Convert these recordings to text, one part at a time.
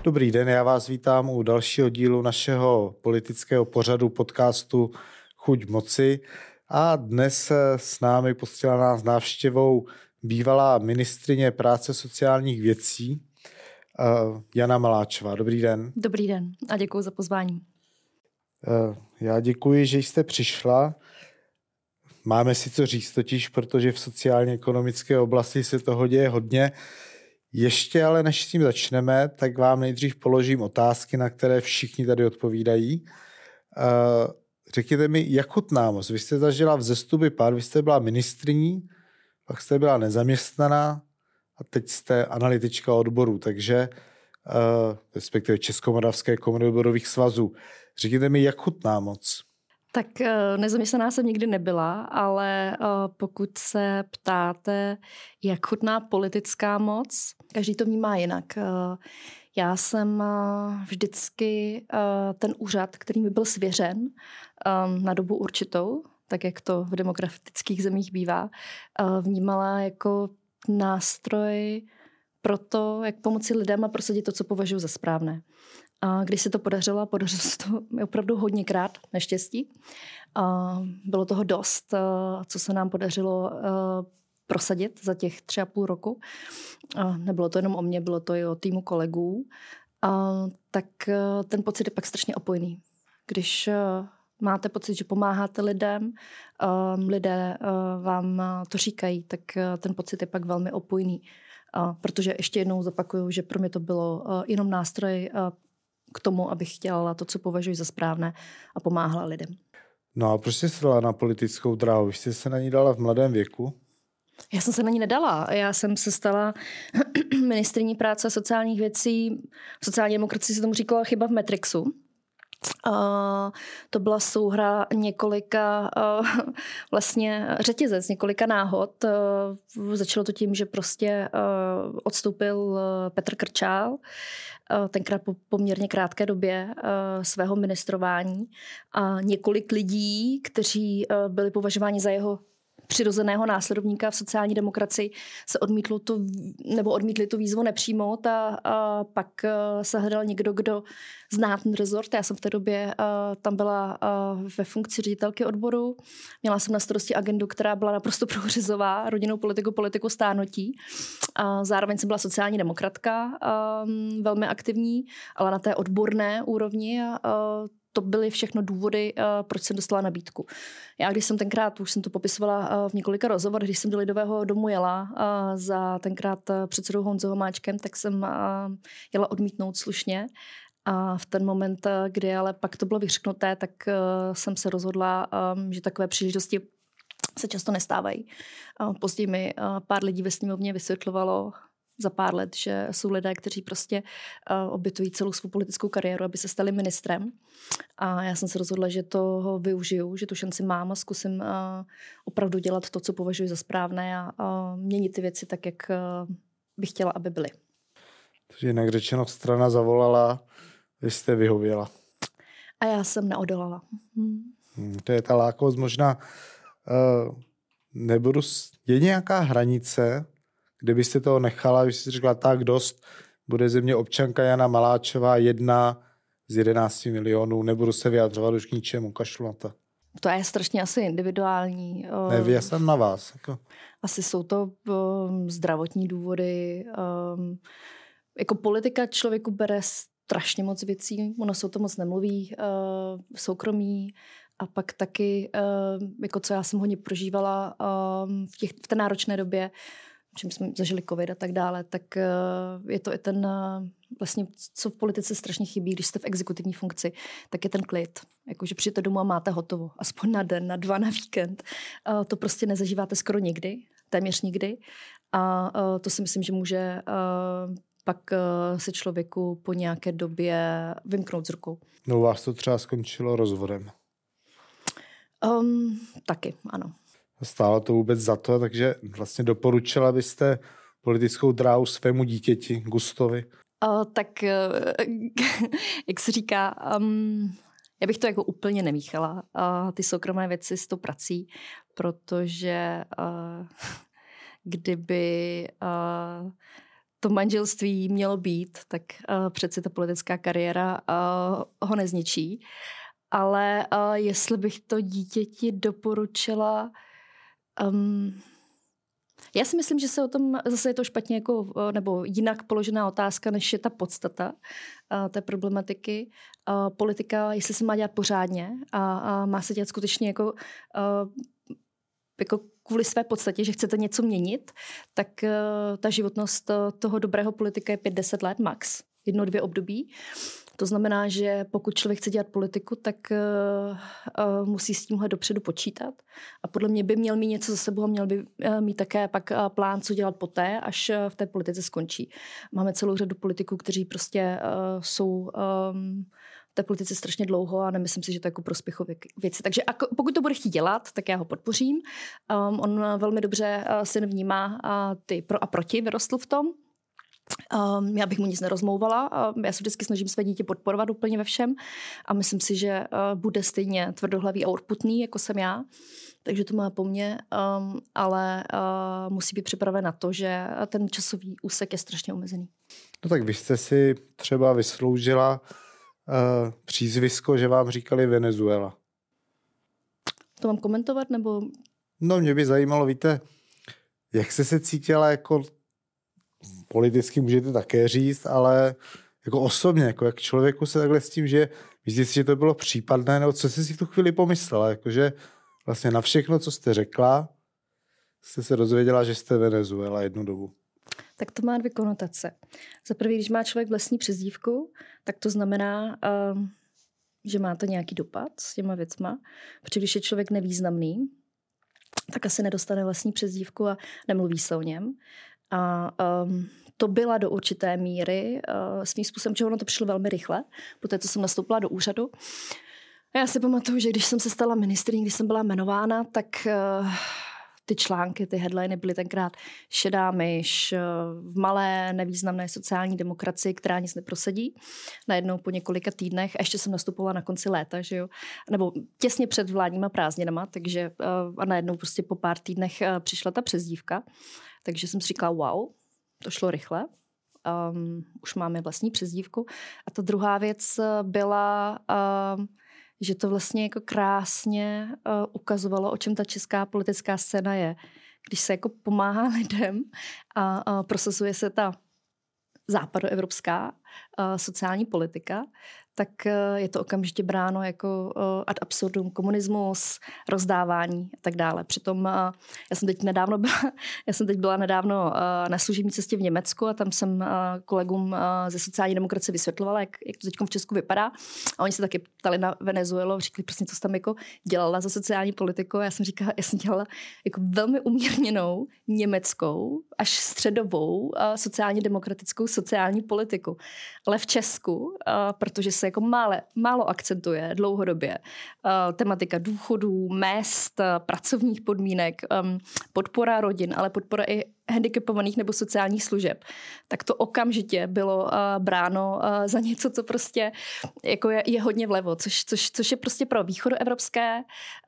Dobrý den, já vás vítám u dalšího dílu našeho politického pořadu podcastu Chuť moci a dnes s námi postihla nás návštěvou bývalá ministryně práce sociálních věcí Jana Maláčová. Dobrý den. Dobrý den a děkuji za pozvání. Já děkuji, že jste přišla. Máme si co říct totiž, protože v sociálně-ekonomické oblasti se toho děje hodně. Ještě ale než s tím začneme, tak vám nejdřív položím otázky, na které všichni tady odpovídají. Řekněte mi, jak chutná moc? Vy jste zažila vzestup pád, vy jste byla ministryní, pak jste byla nezaměstnaná a teď jste analytička odboru, takže respektive Českomoravské komory odborových svazů. Řekněte mi, jak chutná moc? Tak nezaměstnaná jsem nikdy nebyla, ale pokud se ptáte, jak chutná politická moc, každý to vnímá jinak. Já jsem vždycky ten úřad, který mi byl svěřen na dobu určitou, tak jak to v demokratických zemích bývá, vnímala jako nástroj pro to, jak pomoci lidem a prosadit to, co považuji za správné. A když se to podařilo se to opravdu hodněkrát, naštěstí. Bylo toho dost, co se nám podařilo prosadit za těch 3,5 roku. Nebylo to jenom o mně, bylo to i o týmu kolegů. Tak ten pocit je pak strašně opojný. Když máte pocit, že pomáháte lidem, lidé vám to říkají, tak ten pocit je pak velmi opojný. Protože ještě jednou zopakuju, že pro mě to bylo jenom nástroj k tomu, abych dělala to, co považuji za správné a pomáhala lidem. No a proč jste se dala na politickou dráhu? Vy jste se na ní dala v mladém věku? Já jsem se na ní nedala. Já jsem se stala ministryní práce a sociálních věcí. V sociální demokracii se tomu říkala chyba v Matrixu. To byla souhra několika, vlastně řetězec, několika náhod. Začalo to tím, že prostě odstoupil Petr Krčál, tenkrát po poměrně krátké době svého ministrování a několik lidí, kteří byli považováni za jeho přirozeného následovníka v sociální demokracii, se odmítli tu výzvu nepřijmout a pak se hledal někdo, kdo zná ten rezort. Já jsem v té době tam byla ve funkci ředitelky odboru. Měla jsem na starosti agendu, která byla naprosto průřezová, rodinnou politiku stárnutí. Zároveň jsem byla sociální demokratka, velmi aktivní, ale na té odborné úrovni. To byly všechno důvody, proč jsem dostala nabídku. Já, když jsem tenkrát, už jsem to popisovala v několika rozhovorech, když jsem do Lidového domu jela za tenkrát předsedou Honzou Hamáčkem, tak jsem jela odmítnout slušně. A v ten moment, kdy ale pak to bylo vyřknuté, tak jsem se rozhodla, že takové příležitosti se často nestávají. Později mi pár lidí ve sněmovně vysvětlovalo za pár let, že jsou lidé, kteří prostě obětují celou svou politickou kariéru, aby se stali ministrem. A já jsem se rozhodla, že toho využiju, že tu šanci mám a zkusím opravdu dělat to, co považuji za správné a měnit ty věci tak, jak bych chtěla, aby byly. Takže jinak řečeno, strana zavolala, vy jste vyhověla. A já jsem neodolala. To je ta lákavost možná. Je nějaká hranice, kde byste toho nechala, když jste řekla tak dost, bude ze mě občanka Jana Maláčová 1 z 11 milionů, nebudu se vyjadřovat už k ničemu, kašlu na to. To je strašně asi individuální. Ne, já jsem na vás. Jako. Asi jsou to zdravotní důvody. Jako politika člověku bere strašně moc věcí, ono se o tom moc nemluví, soukromí. A pak taky, jako co já jsem hodně prožívala v té náročné době, čím jsme zažili covid a tak dále, tak je to i ten vlastně, co v politice strašně chybí, když jste v exekutivní funkci, tak je ten klid. Jakože přijete domů a máte hotovo. Aspoň na den, na 2, na víkend. To prostě nezažíváte skoro nikdy, téměř nikdy. A to si myslím, že může pak se člověku po nějaké době vymknout z rukou. No u vás to třeba skončilo rozvodem. Taky, ano. Stálo to vůbec za to, takže vlastně doporučila byste politickou dráhu svému dítěti, Gustovi? Tak, jak se říká, já bych to jako úplně nemíchala, ty soukromé věci s tou prací, protože kdyby to manželství mělo být, tak přeci ta politická kariéra ho nezničí. Ale jestli bych to dítěti doporučila... Já si myslím, že se o tom, zase je to špatně jako, nebo jinak položená otázka, než je ta podstata té problematiky. Politika, jestli se má dělat pořádně a má se dělat skutečně jako kvůli své podstatě, že chcete něco měnit, tak ta životnost toho dobrého politika je 5-10 let max, 1-2 období. To znamená, že pokud člověk chce dělat politiku, tak musí s tímhle dopředu počítat. A podle mě by měl mít něco za sebou a měl by mít také pak plán, co dělat poté, až v té politice skončí. Máme celou řadu politiků, kteří prostě jsou v té politice strašně dlouho a nemyslím si, že to je jako prospěchové věci. Takže pokud to bude chtít dělat, tak já ho podpořím. On velmi dobře syn vnímá ty pro a proti, vyrostl v tom. Já bych mu nic nerozmlouvala. Já se vždycky snažím své dítě podporovat úplně ve všem a myslím si, že bude stejně tvrdohlavý a urputný, jako jsem já. Takže to má po mně, ale musí být připraven na to, že ten časový úsek je strašně omezený. No tak vy jste si třeba vysloužila přízvisko, že vám říkali Venezuela. To mám komentovat, nebo... No mě by zajímalo, víte, jak jste se cítila jako politicky můžete také říct, ale jako osobně, jako jak člověku se takhle s tím, že myslíte si, že to bylo případné, nebo co jste si v tu chvíli pomyslela, jakože vlastně na všechno, co jste řekla, jste se dozvěděla, že jste Venezuela jednu dobu. Tak to má 2 konotace. Za prvý, když má člověk vlastní přezdívku, tak to znamená, že má to nějaký dopad s těma věcma, protože když je člověk nevýznamný, tak asi nedostane vlastní přezdívku a nemluví se o něm. A to byla do určité míry svým způsobem, že ono to přišlo velmi rychle, poté, co jsem nastoupila do úřadu. Já si pamatuju, že když jsem se stala ministryní, když jsem byla jmenována, tak ty články, ty headliny byly tenkrát šedá myš v malé, nevýznamné sociální demokracii, která nic neprosadí. Najednou po několika týdnech, a ještě jsem nastupovala na konci léta, že jo, nebo těsně před vládníma prázdninama, takže a najednou prostě po pár týdnech přišla ta přezdívka. Takže jsem si říkala, wow, to šlo rychle. Už máme vlastní přezdívku. A ta druhá věc byla, že to vlastně jako krásně ukazovalo, o čem ta česká politická scéna je. Když se jako pomáhá lidem a prosazuje se ta západoevropská sociální politika, tak je to okamžitě bráno jako ad absurdum, komunismus, rozdávání a tak dále. Přitom já jsem teď byla nedávno na služební cestě v Německu a tam jsem kolegům ze sociální demokracie vysvětlovala, jak to teď v Česku vypadá. A oni se taky ptali na Venezuelu, řekli, prostě, co jsi tam jako dělala za sociální politiku. A já jsem dělala jako velmi umírněnou německou až středovou sociálně demokratickou sociální politiku. Ale v Česku, protože se jako málo akcentuje dlouhodobě tematika důchodů, mezd, pracovních podmínek, podpora rodin, ale podpora i handicapovaných nebo sociálních služeb, tak to okamžitě bylo bráno za něco, co prostě jako je hodně vlevo, což je prostě pro východoevropské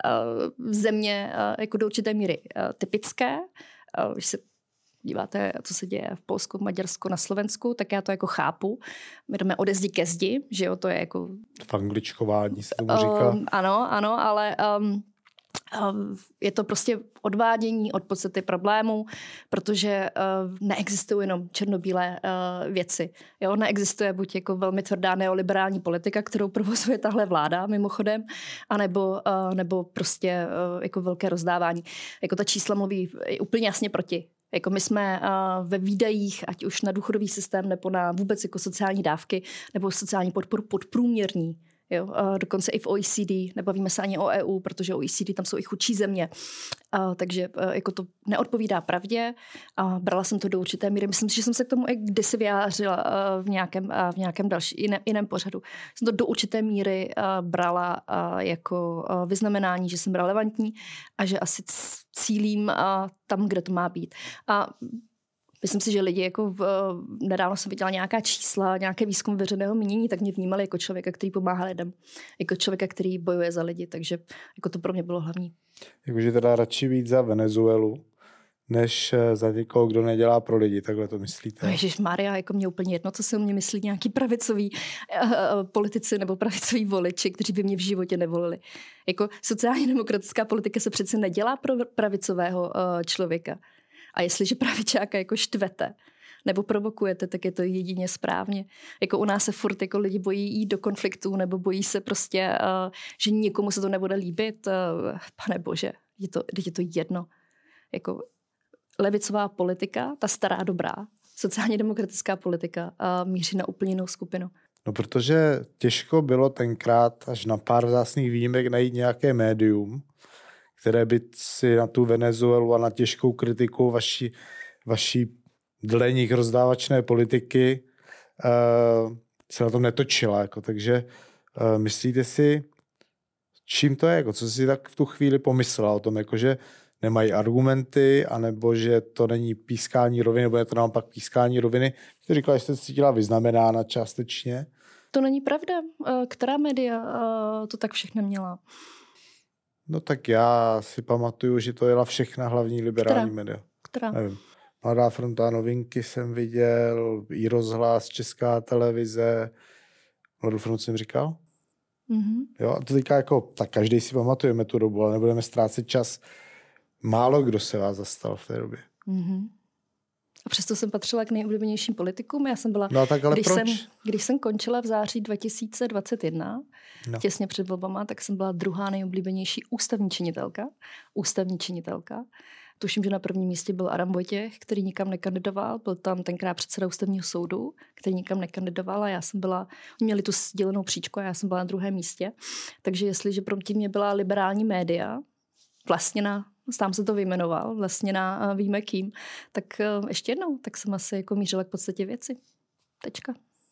země jako do určité míry typické. Když se díváte, co se děje v Polsku, v Maďarsku, na Slovensku, tak já to jako chápu. My jdeme ode zdi ke zdi, že jo, to je jako... V angličkování se tomu říká. Ano, ale je to prostě odvádění od podstaty problému, protože neexistují jenom černobílé věci. Jo? Neexistuje buď jako velmi tvrdá neoliberální politika, kterou provozuje tahle vláda mimochodem, nebo prostě jako velké rozdávání. Jako ta čísla mluví úplně jasně proti. Jako my jsme ve výdajích, ať už na důchodový systém, nebo na vůbec jako sociální dávky, nebo sociální podporu podprůměrní. Jo? Dokonce i v OECD, nebavíme se ani o EU, protože OECD tam jsou i chudší země. Takže jako to neodpovídá pravdě. Brala jsem to do určité míry. Myslím si, že jsem se k tomu i kdysi vyjádřila v nějakém jiném pořadu. Jsem to do určité míry brala jako vyznamenání, že jsem relevantní a že asi cílím tam, kde to má být. A myslím si, že lidi jako nedávno jsem viděla nějaká čísla, nějaké výzkum veřejného mínění, tak mě vnímali jako člověka, který pomáhá lidem, jako člověka, který bojuje za lidi, takže jako to pro mě bylo hlavní. Jakože teda radši být za Venezuelu, než za někoho, kdo nedělá pro lidi. Takhle to myslíte? Ježišmarja, jako mě úplně jedno, co se o mě myslí nějaký pravicoví politici nebo pravicoví voliči, kteří by mě v životě nevolili. Jako sociálně demokratická politika se přece nedělá pro pravicového člověka. A jestliže pravičáka jako štvete nebo provokujete, tak je to jedině správně. Jako u nás se furt jako lidi bojí jít do konfliktu nebo bojí se prostě, že někomu se to nebude líbit. Pane bože, je to jedno. Jako levicová politika, ta stará dobrá, sociálně demokratická politika míří na úplně jinou skupinu. No, protože těžko bylo tenkrát až na pár vzácných výjimek najít nějaké médium, které by si na tu Venezuelu a na těžkou kritiku vaší dle nich rozdávačné politiky se na tom netočila. Jako. Takže myslíte si, čím to je? Jako, co jsi tak v tu chvíli pomyslela o tom, jako, že nemají argumenty, anebo že to není pískání roviny, nebo je to naopak pískání roviny? Ty říkala, že jste cítila vyznamenána částečně. To není pravda. Která média to tak všechno měla? No tak já si pamatuju, že to jela všechna hlavní liberální média. Která? Nevím. Mladá fronta, Novinky jsem viděl, i Rozhlas, Česká televize. Mladou frontu jsem říkal? Mm-hmm. Jo, a to teďka jako, tak každý si pamatujeme tu dobu, ale nebudeme ztrácet čas. Málo kdo se vás zastal v té době. Mm-hmm. A přesto jsem patřila k nejoblíbenějším politikům. Já jsem byla, no tak ale když jsem končila v září 2021, těsně před volbama, tak jsem byla druhá nejoblíbenější ústavní činitelka. Tuším, že na prvním místě byl Adam Vojtěch, který nikam nekandidoval. Byl tam tenkrát předseda ústavního soudu, který nikam nekandidoval a já jsem byla, oni měli tu sdělenou příčku a já jsem byla na druhém místě. Takže jestliže proti mě byla liberální média, vlastně tam se to vyjmenoval, vlastně víme kým, tak ještě jednou, tak jsem asi jako mířila k podstatě věci. Tečka.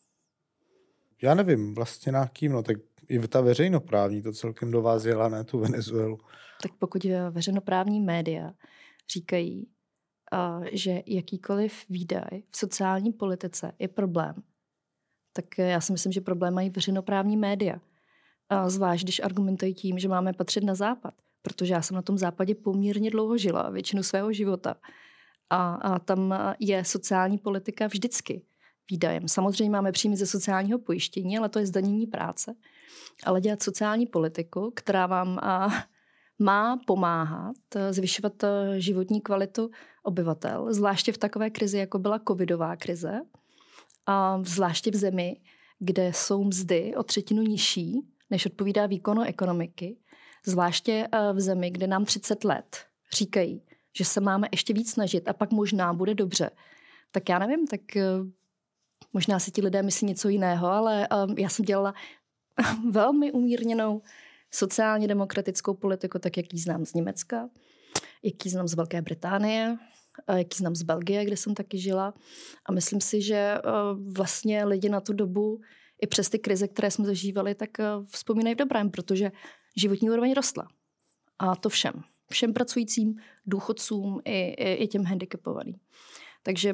Já nevím, vlastně na kým, no tak i ta veřejnoprávní to celkem do vás jela, ne tu Venezuelu. Tak pokud veřejnoprávní média říkají, že jakýkoliv výdaj v sociální politice je problém, tak já si myslím, že problém mají veřejnoprávní média. Zvlášť, když argumentují tím, že máme patřit na západ. Protože já jsem na tom západě poměrně dlouho žila, většinu svého života. A tam je sociální politika vždycky výdajem. Samozřejmě máme příjmy ze sociálního pojištění, ale to je zdanění práce. Ale dělat sociální politiku, která vám má pomáhat zvyšovat životní kvalitu obyvatel, zvláště v takové krizi, jako byla covidová krize, a zvláště v zemi, kde jsou mzdy o 1/3 nižší, než odpovídá výkonu ekonomiky, zvláště v zemi, kde nám 30 let říkají, že se máme ještě víc snažit a pak možná bude dobře. Tak já nevím, tak možná si ti lidé myslí něco jiného, ale já jsem dělala velmi umírněnou sociálně demokratickou politiku, tak jak ji znám z Německa, jak ji znám z Velké Británie, jak ji znám z Belgie, kde jsem taky žila. A myslím si, že vlastně lidi na tu dobu i přes ty krize, které jsme zažívali, tak vzpomínají v dobrém, protože životní úroveň rostla. A to všem. Všem pracujícím, důchodcům i těm handicapovaným. Takže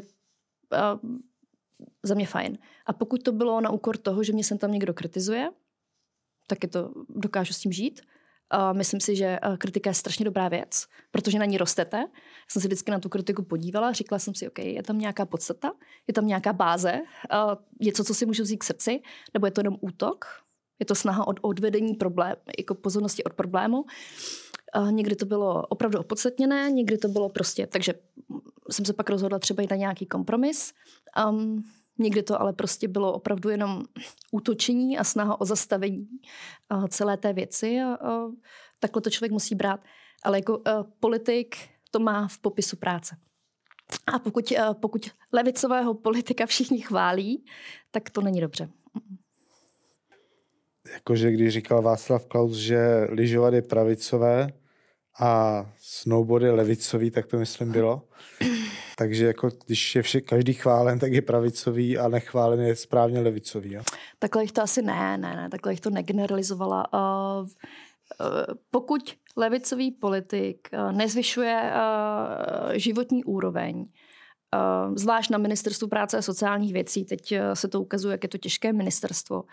za mě fajn. A pokud to bylo na úkor toho, že mě sem tam někdo kritizuje, tak dokážu s tím žít. Myslím si, že kritika je strašně dobrá věc, protože na ní rostete. Já jsem se vždycky na tu kritiku podívala, říkala jsem si, OK, je tam nějaká podstata, je tam nějaká báze, je to, co si můžu vzít k srdci, nebo je to jenom útok, je to snaha od odvedení jako pozornosti od problému. Někdy to bylo opravdu opodstatněné, někdy to bylo prostě, takže jsem se pak rozhodla třeba jít na nějaký kompromis. Někdy to ale prostě bylo opravdu jenom útočení a snaha o zastavení celé té věci. Takhle to člověk musí brát. Ale jako politik to má v popisu práce. A pokud levicového politika všichni chválí, tak to není dobře. Jakože když říkal Václav Klaus, že lyžovat je pravicové a snowboard je levicový, tak to myslím bylo. Takže jako když je každý chválen, tak je pravicový a nechválen je správně levicový. Jo? Takhle jich to asi ne, takhle jich to negeneralizovala. Pokud levicový politik nezvyšuje životní úroveň, zvlášť na ministerstvu práce a sociálních věcí, teď se to ukazuje, jak je to těžké ministerstvo,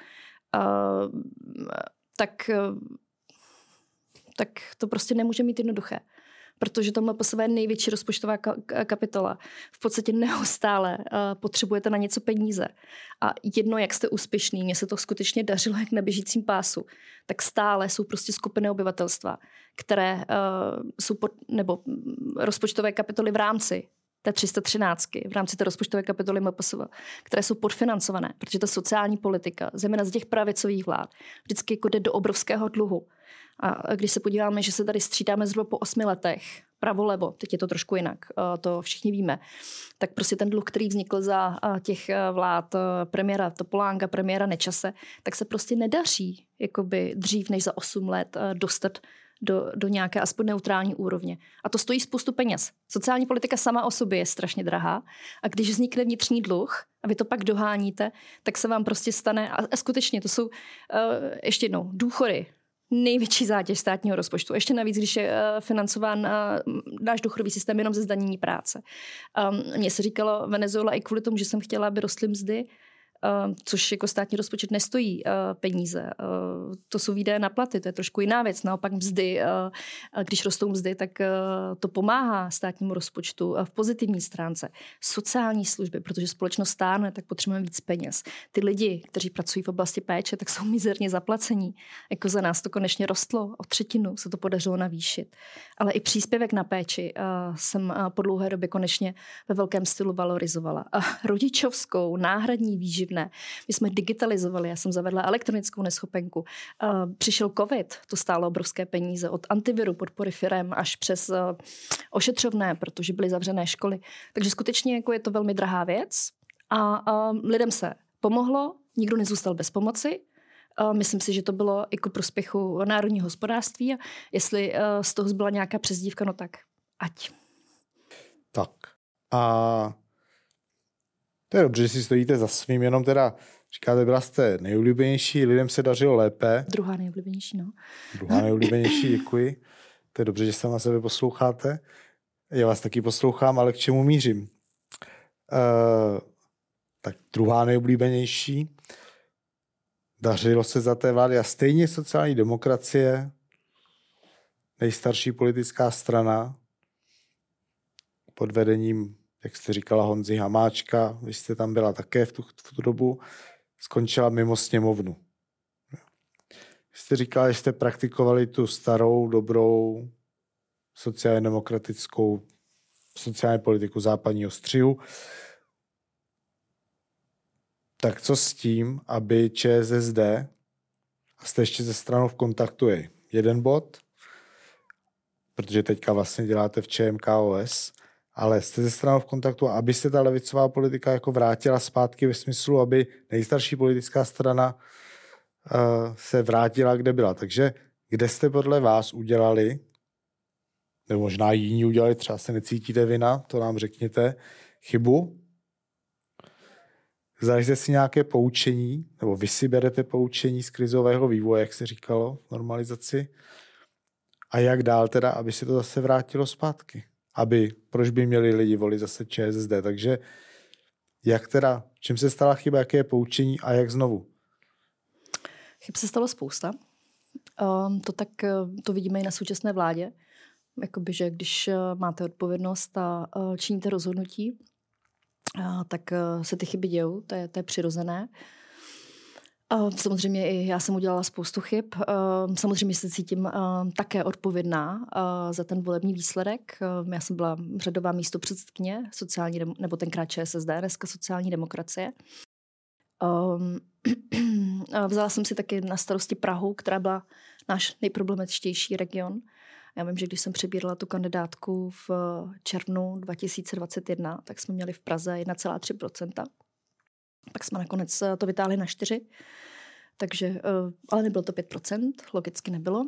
tak to prostě nemůže mít jednoduché. protože to MPSV je největší rozpočtová kapitola. V podstatě neustále potřebujete na něco peníze. A jedno, jak jste úspěšný, mně se to skutečně dařilo jak na běžícím pásu, tak stále jsou prostě skupiny obyvatelstva, které jsou nebo rozpočtové kapitoly v rámci té 313, v rámci té rozpočtové kapitoly MPSV, které jsou podfinancované, protože ta sociální politika, zejména z těch pravicových vlád, vždycky jako jde do obrovského dluhu. A když se podíváme, že se tady střídáme zhruba po 8 letech, pravo-levo, teď je to trošku jinak, to všichni víme, tak prostě ten dluh, který vznikl za těch vlád premiéra Topolánka, premiéra Nečase, tak se prostě nedaří jakoby dřív než za 8 let dostat do nějaké aspoň neutrální úrovně. A to stojí spoustu peněz. Sociální politika sama o sobě je strašně drahá a když vznikne vnitřní dluh a vy to pak doháníte, tak se vám prostě stane, a skutečně to jsou ještě jednou důchody, největší zátěž státního rozpočtu. Ještě navíc, když je financován náš důchodový systém jenom ze zdanění práce. Mně se říkalo Venezuela i kvůli tomu, že jsem chtěla, aby rostly mzdy, což jako státní rozpočet nestojí peníze. To jsou výdaje na platy, to je trošku jiná věc. Naopak mzdy, když rostou mzdy, tak to pomáhá státnímu rozpočtu v pozitivní stránce. Sociální služby, protože společnost stárne, tak potřebujeme víc peněz. Ty lidi, kteří pracují v oblasti péče, tak jsou mizerně zaplacení. Jako za nás to konečně rostlo, o 1/3 se to podařilo navýšit. Ale i příspěvek na péči jsem po dlouhé době konečně ve velkém stylu valorizovala. Rodičovskou, náhradní výživné. My jsme digitalizovali, já jsem zavedla elektronickou neschopenku. Přišel covid, to stálo obrovské peníze, od antiviru, podpory firem až přes ošetřovné, protože byly zavřené školy. Takže skutečně jako je to velmi drahá věc a lidem se pomohlo, nikdo nezůstal bez pomoci. Myslím si, že to bylo i ku prospěchu národního hospodářství a jestli z toho zbyla nějaká přezdívka, no tak ať. Tak a to je dobře, že si stojíte za svým, jenom teda říkáte, byla jste nejoblíbenější, lidem se dařilo lépe. Druhá nejoblíbenější, no. Druhá nejoblíbenější, děkuji. To je dobře, že se na sebe posloucháte. Já vás taky poslouchám, ale k čemu mířím? Tak druhá nejoblíbenější. Dařilo se za té vlády a stejně sociální demokracie, nejstarší politická strana pod vedením, jak jste říkala, Honzy Hamáčka, vy jste tam byla také v tu dobu, skončila mimo sněmovnu. Jste říkala, že jste praktikovali tu starou, dobrou sociálně demokratickou sociální politiku západního střihu. Tak co s tím, aby ČSSD, a jste ještě ze stranou v kontaktu, je jeden bod, protože teďka vlastně děláte v ČMKOS, ale jste ze stranou v kontaktu, aby se ta levicová politika jako vrátila zpátky ve smyslu, aby nejstarší politická strana se vrátila, kde byla. Takže kde jste podle vás udělali, nebo možná jiní udělali, třeba se necítíte vina, to nám řekněte, chybu? Vzali jste si nějaké poučení, nebo vy si berete poučení z krizového vývoje, jak se říkalo, v normalizaci? A jak dál teda, aby se to zase vrátilo zpátky? Proč by měli lidi volit zase ČSSD? Takže jak teda, čím se stala chyba, jaké je poučení a jak znovu? Chyb se stalo spousta. To vidíme i na současné vládě. Jakoby, že když máte odpovědnost a činíte rozhodnutí, tak se ty chyby dějou, to je přirozené. Samozřejmě i já jsem udělala spoustu chyb. Samozřejmě se cítím také odpovědná za ten volební výsledek. Já jsem byla řadová místopředsedkyně nebo tenkrát ČSSD, dneska sociální demokracie. Vzala jsem si taky na starosti Prahu, která byla náš nejproblematičtější region. Já vím, že když jsem přebírala tu kandidátku v červnu 2021, tak jsme měli v Praze 1,3%. Pak jsme nakonec to vytáhli na 4%, takže, ale nebylo to 5%, logicky nebylo.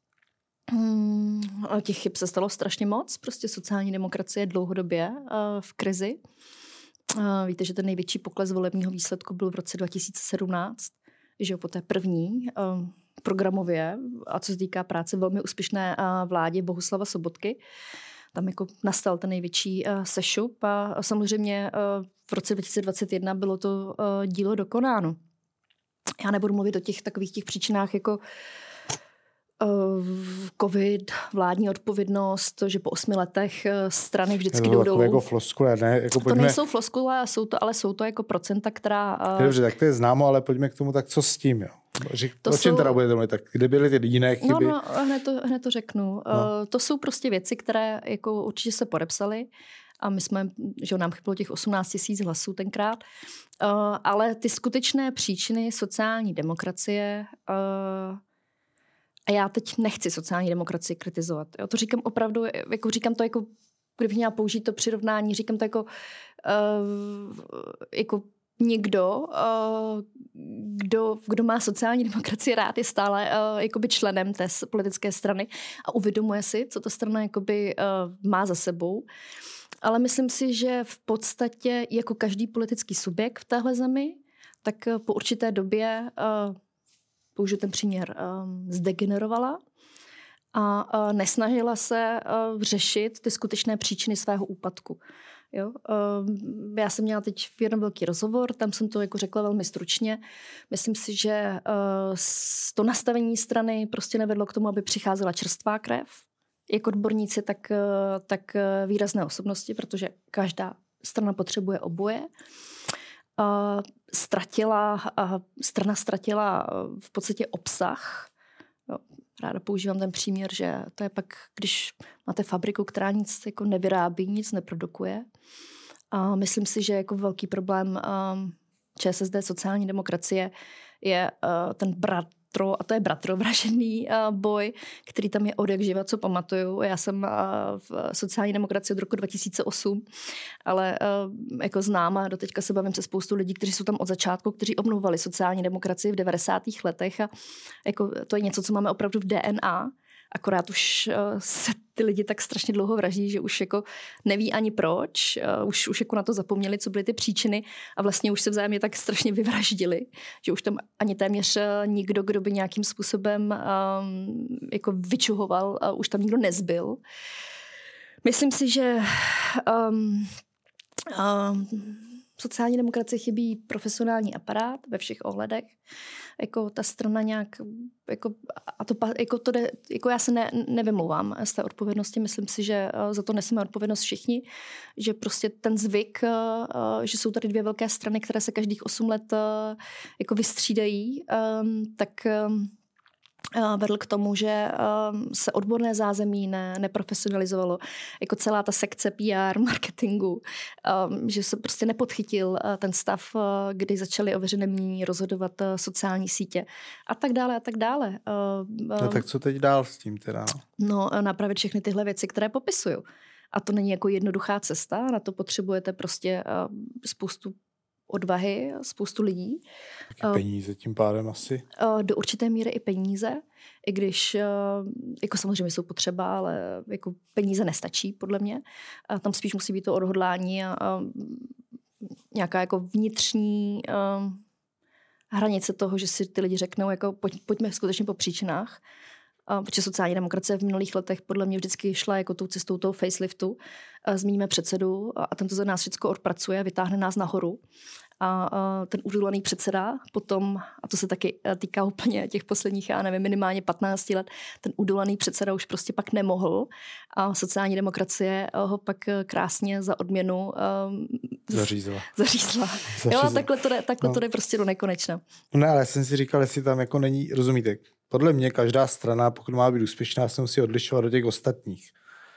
Těch chyb se stalo strašně moc, prostě sociální demokracie dlouhodobě v krizi. Víte, že ten největší pokles volebního výsledku byl v roce 2017, že po té první programově, a co se týká práce velmi úspěšné vládě Bohuslava Sobotky, tam jako nastal ten největší sešup a samozřejmě v roce 2021 bylo to dílo dokonáno. Já nebudu mluvit o těch takových těch příčinách jako Covid, vládní odpovědnost, že po 8 letech strany vždycky jdou dolů. Jako floskule, ne? Jako pojďme... To nejsou floskule, ale jsou to jako procenta, která... Dobře, tak to je známo, ale pojďme k tomu, tak co s tím, jo? O čem teda budete mluvit? Tak kde byly ty jiné chyby? No, hned to řeknu. No. To jsou prostě věci, které jako určitě se podepsaly a my jsme, že nám chybilo těch 18 000 hlasů tenkrát, ale ty skutečné příčiny sociální demokracie a já teď nechci sociální demokracii kritizovat. Jo? To říkám opravdu, říkám to jako, kdybych měla použít to přirovnání, říkám to jako někdo, kdo má sociální demokracii rád, je stále jakoby členem té politické strany a uvědomuje si, co ta strana jakoby má za sebou. Ale myslím si, že v podstatě jako každý politický subjekt v téhle zemi, tak po určité době použiju ten příměr, zdegenerovala a nesnažila se řešit ty skutečné příčiny svého úpadku. Jo? Já jsem měla teď jeden velký rozhovor, tam jsem to jako řekla velmi stručně. Myslím si, že to nastavení strany prostě nevedlo k tomu, aby přicházela čerstvá krev, jak odborníci, tak výrazné osobnosti, protože každá strana potřebuje oboje. Strana ztratila v podstatě obsah. Jo, ráda používám ten příměr, že to je pak, když máte fabriku, která nic jako nevyrábí, nic neprodukuje. A myslím si, že jako velký problém ČSSD, sociální demokracie, je ten a to je bratrovražený boj, který tam je od živa, co pamatuju. Já jsem v sociální demokracii od roku 2008, ale jako známa, doteďka se bavím se spoustu lidí, kteří jsou tam od začátku, kteří obnovovali sociální demokracii v 90. letech a jako to je něco, co máme opravdu v DNA, akorát už se ty lidi tak strašně dlouho vraždí, že už jako neví ani proč, už jako na to zapomněli, co byly ty příčiny a vlastně už se vzájemně tak strašně vyvraždili, že už tam ani téměř nikdo, kdo by nějakým způsobem jako vyčuhoval, už tam nikdo nezbyl. Myslím si, že sociální demokracii chybí profesionální aparát ve všech ohledech. Jako ta strana nějak, jako já se nevymlouvám z té odpovědnosti. Myslím si, že za to neseme odpovědnost všichni, že prostě ten zvyk, že jsou tady dvě velké strany, které se každých 8 let jako vystřídají, tak vedl k tomu, že se odborné zázemí neprofesionalizovalo. Jako celá ta sekce PR, marketingu, že se prostě nepodchytil ten stav, kdy začaly o veřejném mínění rozhodovat sociální sítě a tak dále a tak dále. No tak co teď dál s tím teda? No, napravit všechny tyhle věci, které popisuju. A to není jako jednoduchá cesta, na to potřebujete prostě spoustu odvahy, spoustu lidí. Peníze tím pádem asi? Do určité míry i peníze, i když jako samozřejmě jsou potřeba, ale jako peníze nestačí podle mě. Tam spíš musí být to odhodlání a nějaká jako vnitřní hranice toho, že si ty lidi řeknou, jako pojďme skutečně po příčinách. Protože sociální demokracie v minulých letech podle mě vždycky šla jako tou cestou toho faceliftu. Zmíníme předsedu a ten to za nás všechno odpracuje, vytáhne nás nahoru. A ten udělaný předseda potom, a to se taky týká úplně těch posledních, já nevím, minimálně 15 let, ten udolaný předseda už prostě pak nemohl a sociální demokracie ho pak krásně za odměnu zařízla. Jo, a takhle to jde prostě do nekonečna. No ne, ale já jsem si říkal, jestli tam jako není, rozumíte, podle mě každá strana, pokud má být úspěšná, se musí odlišovat od těch ostatních.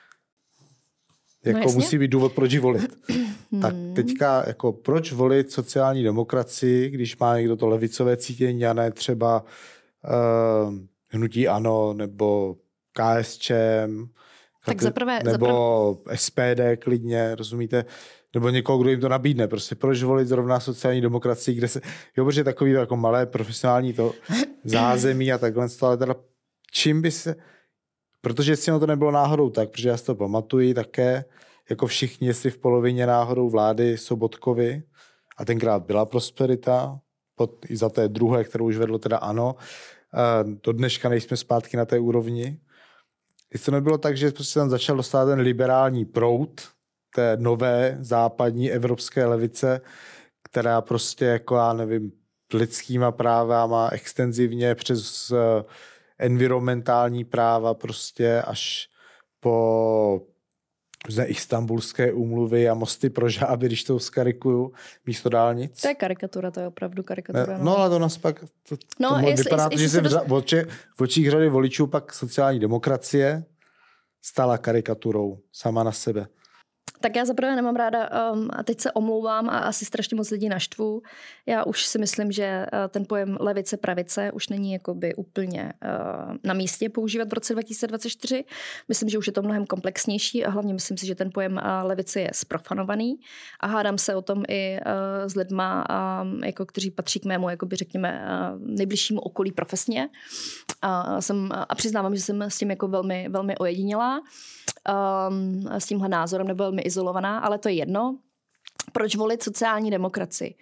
Jako musí být důvod, proč ji volit. Tak teďka, jako proč volit sociální demokracii, když má někdo to levicové cítění a ne třeba hnutí ANO nebo KSČM, nebo SPD klidně, rozumíte? Nebo někoho, kdo jim to nabídne. Prostě proč volit zrovna sociální demokracii, kde se, jo, protože takový jako malé profesionální to zázemí a takhle, ale teda čím by se, protože jestli to nebylo náhodou tak, protože já si to pamatuji také, jako všichni, jestli v polovině náhodou vlády Sobotkovy, a tenkrát byla prosperita, i za té druhé, kterou už vedlo teda ANO, do dneška nejsme zpátky na té úrovni. Jestli to nebylo tak, že prostě tam začal dostat ten liberální proud té nové západní evropské levice, která prostě jako, já nevím, lidskýma právama extenzivně přes environmentální práva prostě až po Istanbulské úmluvy a mosty pro žáby, když to skarikuju, místo dálnic. To je karikatura, to je opravdu karikatura. No ale to nás pak vypadá, že se v očích řady voličů pak sociální demokracie stala karikaturou sama na sebe. Tak já zaprvé nemám ráda, a teď se omlouvám a asi strašně moc lidí naštvu. Já už si myslím, že ten pojem levice, pravice už není jakoby úplně na místě používat v roce 2024. Myslím, že už je to mnohem komplexnější a hlavně myslím si, že ten pojem levice je zprofanovaný a hádám se o tom i s lidma, jako kteří patří k mému, jakoby řekněme, nejbližšímu okolí profesně. A přiznávám, že jsem s tím jako velmi, velmi ojedinělá. S tímhle názorem nebo velmi izolovaná, ale to je jedno. Proč volit sociální demokracii?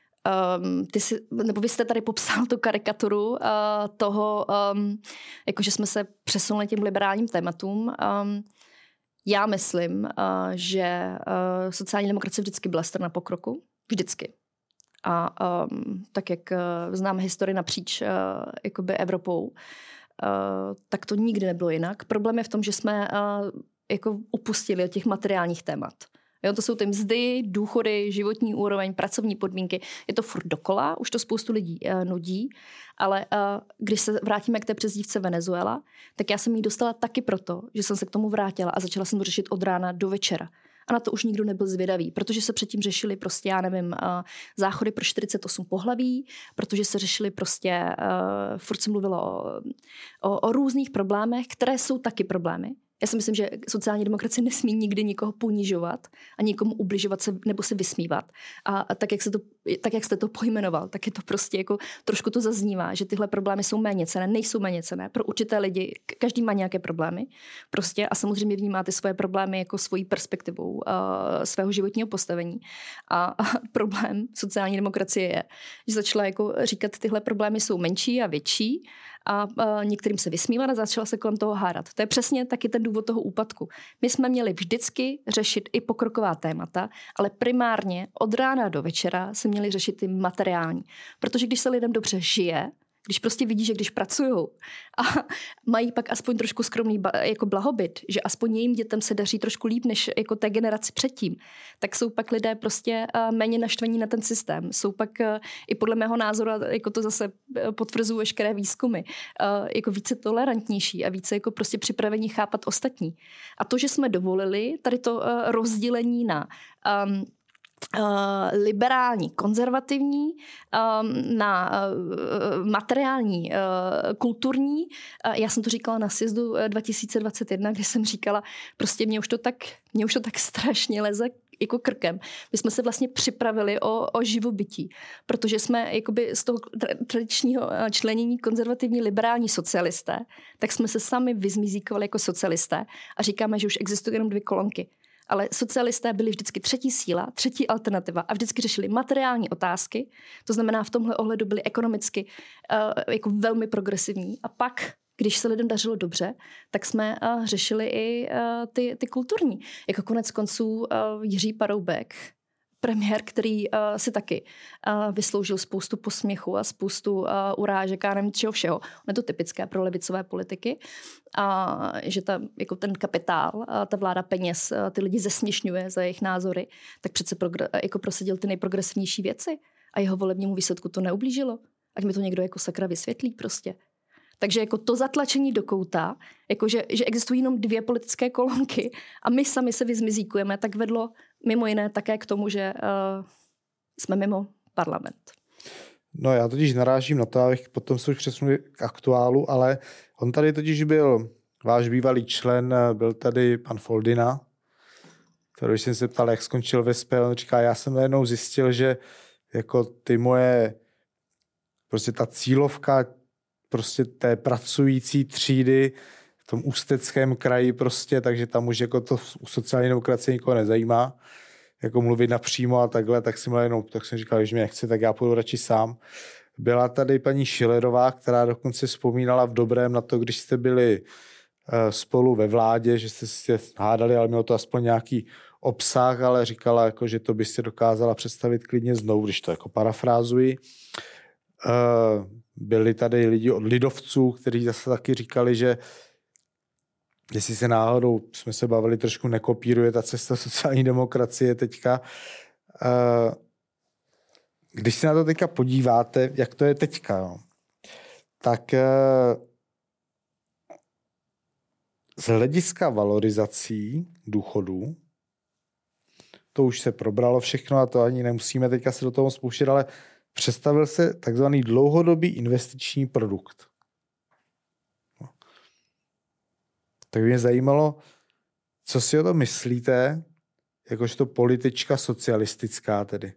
Vy jste tady popsal tu karikaturu toho, jako že jsme se přesunuli těm liberálním tématům. Já myslím, že sociální demokracie vždycky byla strana pokroku. Vždycky. A tak, jak známe historii napříč jakoby Evropou, tak to nikdy nebylo jinak. Problém je v tom, že jsme jako upustili od těch materiálních témat. Jo, to jsou ty mzdy, důchody, životní úroveň, pracovní podmínky. Je to furt dokola, už to spoustu lidí nudí, ale když se vrátíme k té přezdívce Venezuela, tak já jsem ji dostala taky proto, že jsem se k tomu vrátila a začala jsem to řešit od rána do večera. A na to už nikdo nebyl zvědavý, protože se předtím řešili prostě, já nevím, záchody pro 48 pohlaví, protože se řešili prostě, furt se mluvilo o různých problémech, které jsou taky problémy. Já si myslím, že sociální demokracie nesmí nikdy nikoho ponižovat a nikomu ubližovat se nebo se vysmívat. A tak, jak jste to pojmenoval, tak je to prostě jako trošku to zaznívá, že tyhle problémy jsou méněcenné, nejsou méněcenné. Pro určité lidi, každý má nějaké problémy prostě a samozřejmě vnímáte svoje problémy jako svojí perspektivou svého životního postavení. A problém sociální demokracie je, že začala jako říkat, tyhle problémy jsou menší a větší a některým se vysmívat a začala se kolem toho hádat. To je přesně taky ten důvod toho úpadku. My jsme měli vždycky řešit i pokroková témata, ale primárně od rána do večera se měli řešit ty materiální. Protože když se lidem dobře žije, když prostě vidí, že když pracujou a mají pak aspoň trošku skromný jako blahobyt, že aspoň jejím dětem se daří trošku líp než jako té generaci předtím, tak jsou pak lidé prostě méně naštvaní na ten systém. Jsou pak i podle mého názoru, jako to zase potvrzují veškeré výzkumy, jako více tolerantnější a více jako prostě připravení chápat ostatní. A to, že jsme dovolili tady to rozdělení na liberální, konzervativní, na materiální, kulturní. Já jsem to říkala na sjezdu 2021, kde jsem říkala, prostě mě už to tak strašně leze jako krkem. My jsme se vlastně připravili o živobytí, protože jsme jakoby z toho tradičního členění konzervativní liberální socialisté, tak jsme se sami vyzmizíkovali jako socialisté a říkáme, že už existují jenom 2 kolonky. Ale socialisté byli vždycky třetí síla, třetí alternativa a vždycky řešili materiální otázky, to znamená v tomhle ohledu byli ekonomicky jako velmi progresivní. A pak, když se lidem dařilo dobře, tak jsme řešili i ty kulturní. Jako konec konců Jiří Paroubek, premiér, který si taky vysloužil spoustu posměchu a spoustu urážek a nevím čeho všeho. Je to typické pro levicové politiky. A že jako ten kapitál, ta vláda peněz, ty lidi zesměšňuje za jejich názory, tak přece jako prosadil ty nejprogresivnější věci a jeho volebnímu výsledku to neublížilo. Ať mi to někdo jako sakra vysvětlí prostě. Takže jako to zatlačení do kouta, jako že existují jenom 2 politické kolonky a my sami se vyzmizíkujeme, tak vedlo mimo jiné také k tomu, že jsme mimo parlament. No já totiž narážím na to, abych potom se už přesunul k aktuálu, ale on tady totiž byl váš bývalý člen, byl tady pan Foldina, který jsem se ptal, jak skončil ve SP, on říká, já jsem najednou zjistil, že jako ty moje, prostě ta cílovka prostě té pracující třídy v tom Ústeckém kraji prostě, takže tam už jako to u sociální demokracie nikoho nezajímá, jako mluvit napřímo a takhle, tak jsem říkal, že mě nechce, tak já půjdu radši sám. Byla tady paní Schillerová, která dokonce vzpomínala v dobrém na to, když jste byli spolu ve vládě, že jste se hádali, ale mělo to aspoň nějaký obsah, ale říkala, jako, že to byste dokázala představit klidně znovu, když to jako parafrázuji. Byli tady lidi od lidovců, kteří zase taky říkali, že jestli se náhodou, jsme se bavili trošku, nekopíruje ta cesta sociální demokracie teďka. Když se na to teďka podíváte, jak to je teďka, no, tak z hlediska valorizací důchodů, to už se probralo všechno a to ani nemusíme teďka se do toho spouštět, ale představil se takzvaný dlouhodobý investiční produkt. No. Tak by mě zajímalo, co si o tom myslíte, jakožto politička socialistická tedy.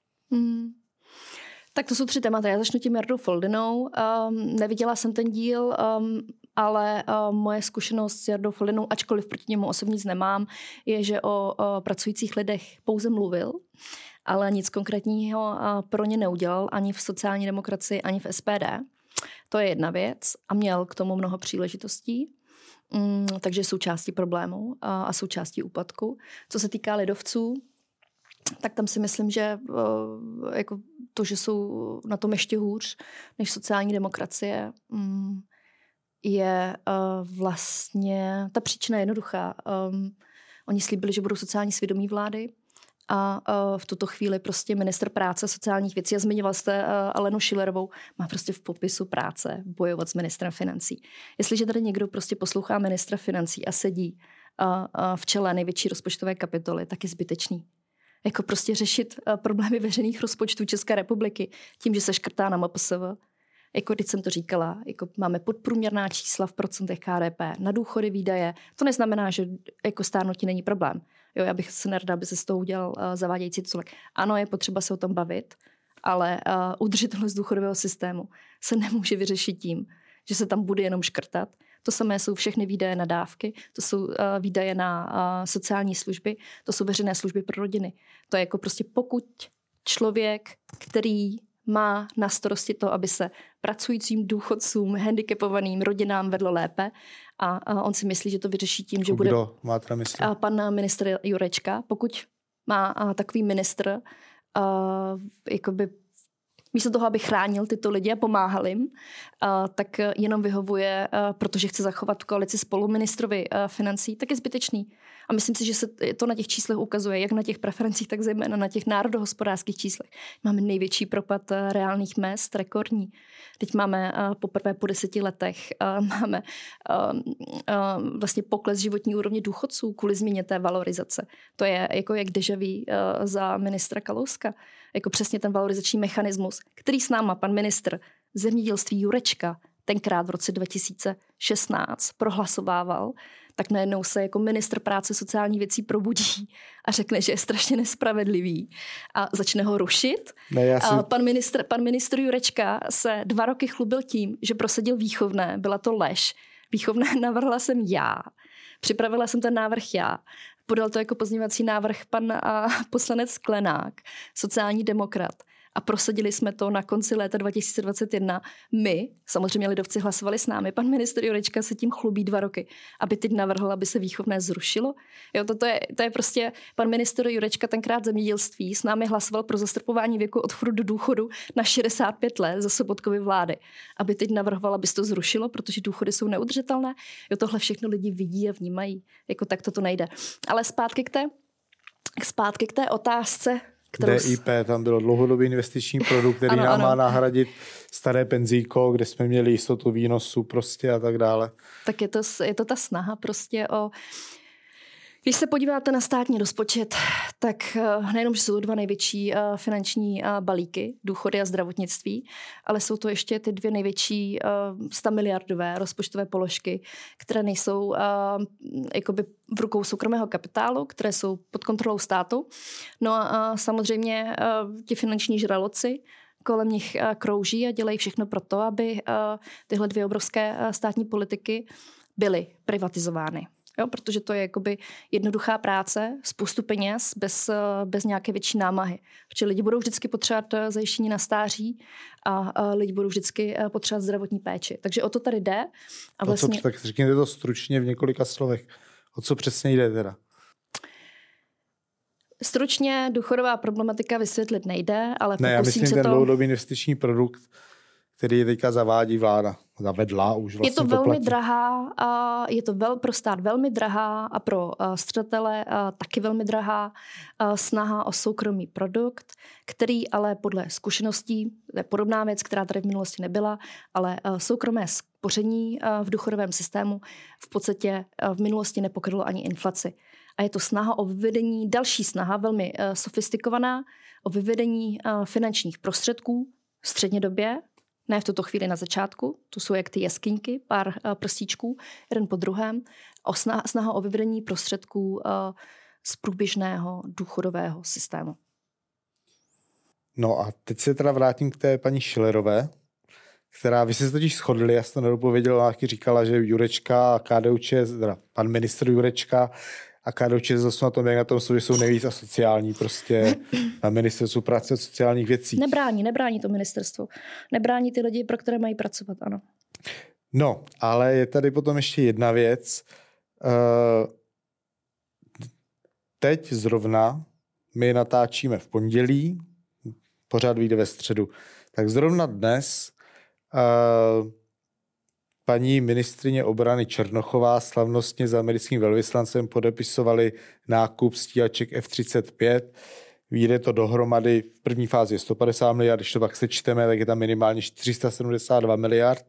Tak to jsou 3 témata. Já začnu tím Jardou Foldynou. Neviděla jsem ten díl, ale moje zkušenost s Jardou Foldynou, ačkoliv proti němu osobně nic nemám, je, že o pracujících lidech pouze mluvil, ale nic konkrétního pro ně neudělal ani v sociální demokracii, ani v SPD. To je jedna věc a měl k tomu mnoho příležitostí. Takže součástí problému a součástí úpadku. Co se týká lidovců, tak tam si myslím, že jako to, že jsou na tom ještě hůř než sociální demokracie, je vlastně, ta příčina je jednoduchá. Oni slíbili, že budou sociální svědomí vlády a v tuto chvíli prostě ministr práce sociálních věcí, a zmiňoval jste Alenu Schillerovou, má prostě v popisu práce bojovat s ministrem financí. Jestliže tady někdo prostě poslouchá ministra financí a sedí v čele největší rozpočtové kapitoly, tak je zbytečný. Jako prostě řešit problémy veřejných rozpočtů České republiky tím, že se škrtá na MPSV. Jako když jsem to říkala, jako máme podprůměrná čísla v procentech HDP na důchody, výdaje. To neznamená, že jako stárnutí není problém. Jo, já bych se nerada, aby se z toho udělal zavádějící titulek. Ano, je potřeba se o tom bavit, ale udržitelnost důchodového systému se nemůže vyřešit tím, že se tam bude jenom škrtat. To samé jsou všechny výdaje na dávky, to jsou výdaje na sociální služby, to jsou veřejné služby pro rodiny. To je jako prostě pokud člověk, který má na starosti to, aby se pracujícím důchodcům, handicapovaným rodinám vedlo lépe a on si myslí, že to vyřeší tím, že bude pan ministr Jurečka. Pokud má takový ministr, jakoby místo toho, aby chránil tyto lidi a pomáhal jim, tak jenom vyhovuje, protože chce zachovat koalici spoluministrovi financí, tak je zbytečný. A myslím si, že se to na těch číslech ukazuje, jak na těch preferencích, tak zejména na těch národohospodářských číslech. Máme největší propad reálných mezd, rekordní. Teď máme poprvé po 10 letech máme vlastně pokles životní úrovně důchodců kvůli změně té valorizace. To je jako jak déjà vu za ministra Kalouska. Jako přesně ten valorizační mechanismus, který s náma pan ministr zemědělství Jurečka tenkrát v roce 2016 prohlasovával, tak najednou se jako ministr práce sociální věcí probudí a řekne, že je strašně nespravedlivý a začne ho rušit. Pan ministr Jurečka se 2 roky chlubil tím, že prosadil výchovné, byla to lež. Výchovné navrhla jsem já, připravila jsem ten návrh já. Podal to jako pozměňovací návrh pan poslanec Sklenák, sociální demokrat. A prosadili jsme to na konci léta 2021. My, samozřejmě lidovci, hlasovali s námi. Pan ministr Jurečka se tím chlubí 2 roky, aby teď navrhl, aby se výchovné zrušilo. Jo, to je prostě pan ministr Jurečka tenkrát zemědělství s námi hlasoval pro zastropování věku odchodu do důchodu na 65 let za Sobotkovy vlády. Aby teď navrhoval, aby se to zrušilo, protože důchody jsou neudržitelné. Jo, tohle všechno lidi vidí a vnímají. Jako tak to nejde. Ale zpátky k té otázce, DIP, tam bylo dlouhodobý investiční produkt, který nám má nahradit staré penzíko, kde jsme měli jistotu výnosu prostě a tak dále. Tak je to ta snaha prostě o... Když se podíváte na státní rozpočet, tak nejenom, že jsou to 2 největší finanční balíky, důchody a zdravotnictví, ale jsou to ještě ty 2 největší 100 miliardové rozpočtové položky, které nejsou jakoby v rukou soukromého kapitálu, které jsou pod kontrolou státu. No a samozřejmě ti finanční žraloci kolem nich krouží a dělají všechno pro to, aby tyhle 2 obrovské státní politiky byly privatizovány. Jo, protože to je jakoby jednoduchá práce, spoustu peněz, bez nějaké větší námahy. Protože lidi budou vždycky potřebovat zajištění na stáří a lidi budou vždycky potřebovat zdravotní péči. Takže o to tady jde. A vlastně... Tak řekněte to stručně v několika slovech. O co přesně jde teda? Stručně důchodová problematika vysvětlit nejde, ale já myslím ten dlouhodobý investiční produkt, který teďka zavádí vláda. Zavedla už vlastně. Je to velmi drahá, je to pro stát velmi drahá a pro střadatele taky velmi drahá snaha o soukromý produkt, který ale podle zkušeností, to je podobná věc, která tady v minulosti nebyla, ale soukromé spoření v důchodovém systému v podstatě v minulosti nepokrylo ani inflaci. A je to snaha o vyvedení, další snaha, velmi sofistikovaná, o vyvedení finančních prostředků v střednědobě, ne v tuto chvíli na začátku, tu jsou jak ty jeskyňky, pár prstíčků, jeden po druhém, snaha o vyvedení prostředků z průběžného důchodového systému. No a teď se teda vrátím k té paní Schillerové, která, vy jste se totiž shodli, já jsem to nedopověděl, taky říkala, že Jurečka a KDU-ČSL, teda pan ministr Jurečka a KDU-ČSL jsou na tom, jak na tom jsou, že jsou nejvíc asociální prostě na ministerstvu práce a sociálních věcí. Nebrání to ministerstvo. Nebrání ty lidi, pro které mají pracovat, ano. No, ale je tady potom ještě jedna věc. Teď zrovna my natáčíme v pondělí, pořád vyjde ve středu. Tak zrovna dnes paní ministryně obrany Černochová slavnostně s americkým velvyslancem podepisovali nákup stíhaček F-35. Vyjde to dohromady v první fázi 150 miliard, když to pak sečteme, tak je tam minimálně 472 miliard.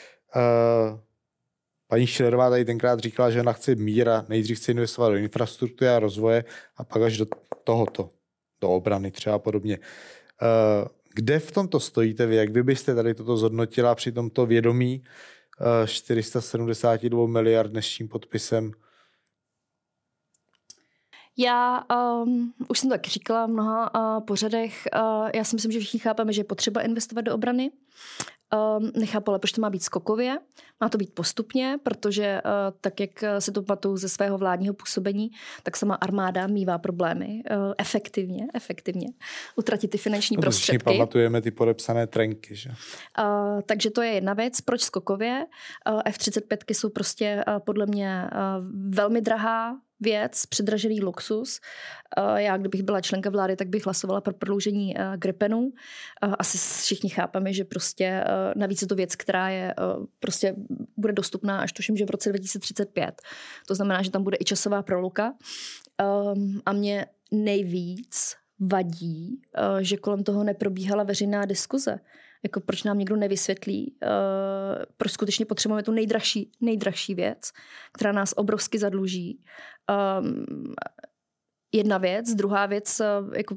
Paní Schillerová tady tenkrát říkala, že ona chce mír a nejdřív chce investovat do infrastruktury a rozvoje a pak až do tohoto, do obrany třeba podobně. Kde v tomto stojíte vy? Jak vy byste tady toto zhodnotila při tomto vědomí 472 miliard dnešním podpisem? Já už jsem to tak říkala v mnoha pořadech. Já si myslím, že všichni chápeme, že je potřeba investovat do obrany. Nechápu, ale proč to má být skokově? Má to být postupně, protože tak, jak si to pamatuju ze svého vládního působení, tak sama armáda mívá problémy efektivně utratit ty finanční prostředky. Pamatujeme ty podepsané trenky, že? Takže to je jedna věc. Proč skokově? F-35 jsou prostě podle mě velmi drahá věc, předražený luxus. Já, kdybych byla členka vlády, tak bych hlasovala pro prodloužení Gripenů. Asi všichni chápeme, že prostě navíc je to věc, která je prostě bude dostupná až tuším, že v roce 2035. To znamená, že tam bude i časová proluka. A mě nejvíc vadí, že kolem toho neprobíhala veřejná diskuze. Jako proč nám někdo nevysvětlí, proč skutečně potřebujeme tu nejdražší věc, která nás obrovsky zadluží. Jedna věc, druhá věc, jako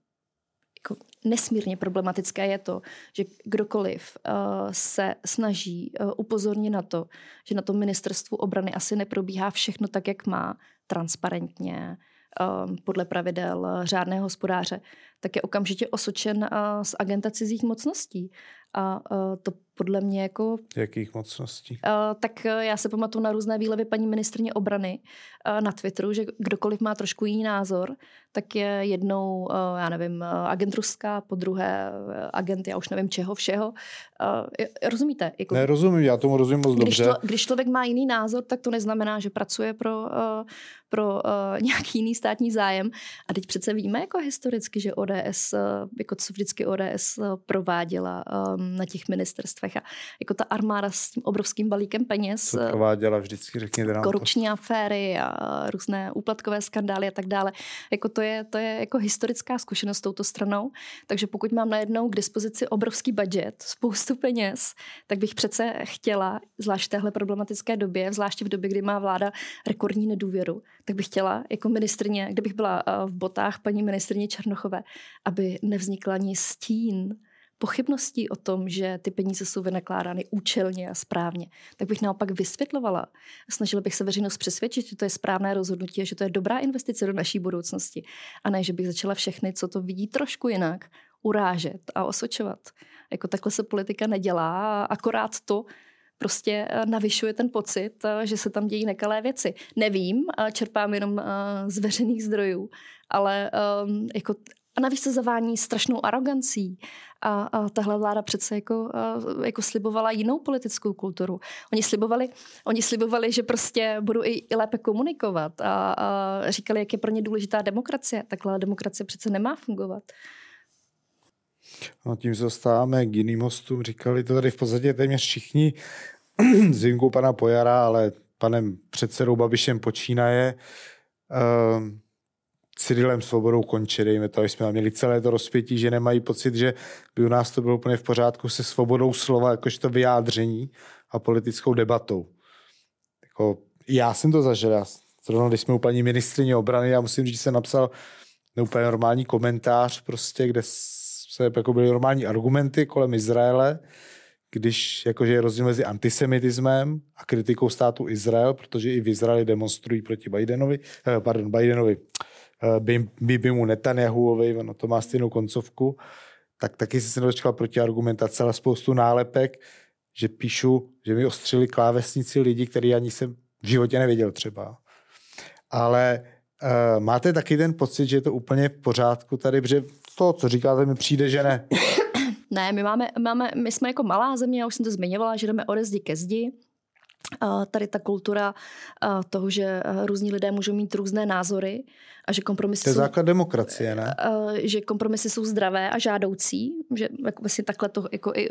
nesmírně problematické je to, že kdokoliv se snaží upozornit na to, že na tom ministerstvu obrany asi neprobíhá všechno tak, jak má, transparentně, podle pravidel řádného hospodáře, tak je okamžitě osočen z agenta cizích mocností. A to podle mě jako... Jakých mocností? Tak já se pamatuju na různé výlevy paní ministryně obrany na Twitteru, že kdokoliv má trošku jiný názor, tak je jednou, já nevím, agent Ruska, po druhé agent, já už nevím čeho, všeho. Rozumíte? Jako, nerozumím, já tomu rozumím moc dobře. Když člověk má jiný názor, tak to neznamená, že pracuje pro nějaký jiný státní zájem. A teď přece víme jako historicky, že ODS, jako co vždycky ODS prováděla na těch ministerstvech. A jako ta armáda s tím obrovským balíkem peněz. Co prováděla vždycky, řekněte nám korupční aféry a různé úplatkové skandály a tak dále. Jako to je jako historická zkušenost s touto stranou. Takže pokud mám najednou k dispozici obrovský budget, spoustu peněz, tak bych přece chtěla, zvlášť v téhle problematické době, zvláště v době, kdy má vláda rekordní nedůvěru, tak bych chtěla jako ministryně, kdybych byla v botách paní ministryně Černochové, aby nevznikl ani stín pochybností o tom, že ty peníze jsou vynakládány účelně a správně, tak bych naopak vysvětlovala. Snažila bych se veřejnost přesvědčit, že to je správné rozhodnutí a že to je dobrá investice do naší budoucnosti. A ne, že bych začala všechny, co to vidí trošku jinak, urážet a osočovat. Jako takhle se politika nedělá a akorát to prostě navyšuje ten pocit, že se tam dějí nekalé věci. Nevím, čerpám jenom z veřejných zdrojů, ale jako a navíc se zavání strašnou arogancí. A tahle vláda přece jako slibovala jinou politickou kulturu. Oni slibovali, že prostě budou i lépe komunikovat a říkali, jak je pro ně důležitá demokracie. Takhle demokracie přece nemá fungovat. No, tím se dostáváme k jiným hostům. Říkali to tady v podstatě téměř všichni, s výjimkou pana Pojara, ale panem předsedou Babišem počínaje. Cyrilem Svobodou končí, dejme to, jsme měli celé to rozpětí, že nemají pocit, že by u nás to bylo úplně v pořádku se svobodou slova, jakožto vyjádření a politickou debatou. Jako, já jsem to zažil, zrovna když jsme u paní ministryně obrany, já musím říct, že jsem napsal úplně normální komentář, prostě, kde se jako byly normální argumenty kolem Izraele, když jakože je rozdíl mezi antisemitismem a kritikou státu Izrael, protože i v Izraeli demonstrují proti Bidenovi, Bibimu Netanyahuovi, ono to má stejnou koncovku, tak taky jsem se dočkal proti argumentace, ale spoustu nálepek, že píšu, že mi ostřili klávesnici lidi, který ani jsem v životě nevěděl třeba. Ale máte taky ten pocit, že je to úplně v pořádku tady, protože z toho, co říkáte, mi přijde, že ne. Ne, my jsme jako malá země, já už jsem to zmiňovala, že jdeme ode zdi ke zdi. Tady ta kultura toho, že různí lidé můžou mít různé názory a že kompromisy to je základ demokracie, ne? Že kompromisy jsou zdravé a žádoucí, že jako vlastně takhle to jako i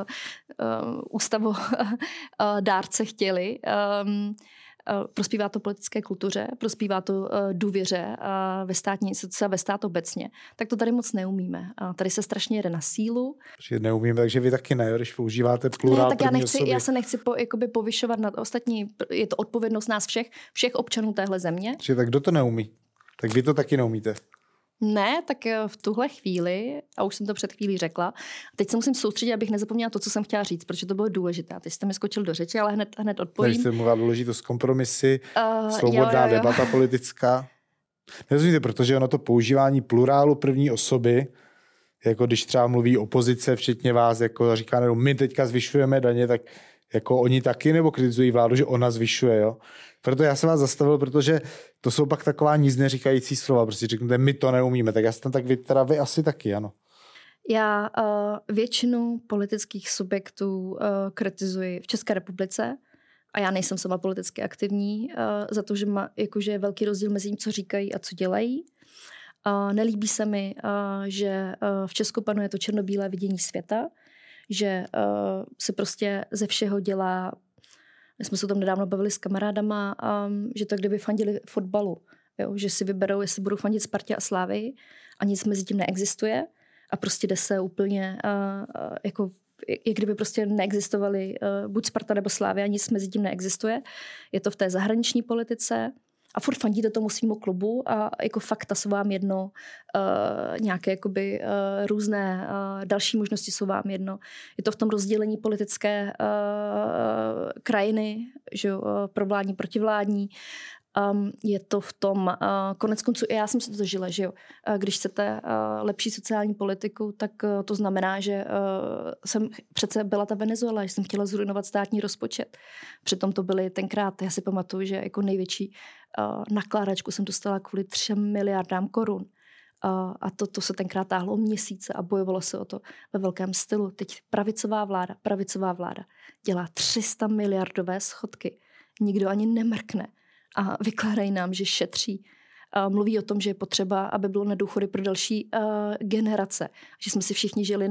ústavodárce chtěli. Prospívá to politické kultuře, prospívá to důvěře ve státní instituce a ve stát obecně. Tak to tady moc neumíme. Tady se strašně jede na sílu. Neumíme, takže vy taky ne, když používáte plurál ne, tak já se nechci povyšovat nad ostatní. Je to odpovědnost nás všech občanů téhle země. Tak kdo to neumí? Tak vy to taky neumíte. Ne, tak v tuhle chvíli, a už jsem to před chvílí řekla, a teď se musím soustředit, abych nezapomněla to, co jsem chtěla říct, protože to bylo důležité. Teď jste mi skočil do řeči, ale hned odpovím. Teď jste mluvila důležitost kompromisy, svobodná debata politická. Nerozumíte, protože ono to používání plurálu první osoby, jako když třeba mluví opozice, včetně vás, jako říká, no, my teďka zvyšujeme daně, tak jako oni taky, nebo kritizují vládu, že ona zvyšuje, jo? Proto já jsem vás zastavil, protože to jsou pak taková nic neříkající slova. Prostě řeknete, my to neumíme, tak já jsem tak vy asi taky, ano. Já většinu politických subjektů kritizuji v České republice a já nejsem sama politicky aktivní za to, že je velký rozdíl mezi tím, co říkají a co dělají. Nelíbí se mi, že v Česku panuje to černobílé vidění světa, že se prostě ze všeho dělá. My jsme se o tom nedávno bavili s kamarádama, že to kdyby fandili fotbalu. Jo? Že si vyberou, jestli budou fandit Spartě a Slávii a nic mezi tím neexistuje a prostě jde se úplně jako jak kdyby prostě neexistovaly buď Sparta nebo Slávia a nic mezi tím neexistuje. Je to v té zahraniční politice a furt fandíte tomu svýmu klubu a jako fakta jsou vám jedno, nějaké jakoby různé další možnosti jsou vám jedno. Je to v tom rozdělení politické krajiny, že jo, provládní, protivládní. Je to v tom, konec konců, já jsem si to zažila, že jo, když chcete lepší sociální politiku, tak to znamená, že jsem přece byla ta Venezuela, že jsem chtěla zruinovat státní rozpočet. Přitom to byly tenkrát, já si pamatuju, že jako největší nakládačku jsem dostala kvůli 3 miliardám korun. A to se tenkrát táhlo měsíce a bojovalo se o to ve velkém stylu. Teď pravicová vláda dělá 300 miliardové schodky. Nikdo ani nemrkne. A vykládají nám, že šetří. Mluví o tom, že je potřeba, aby bylo na důchody pro další generace. Že jsme si všichni žili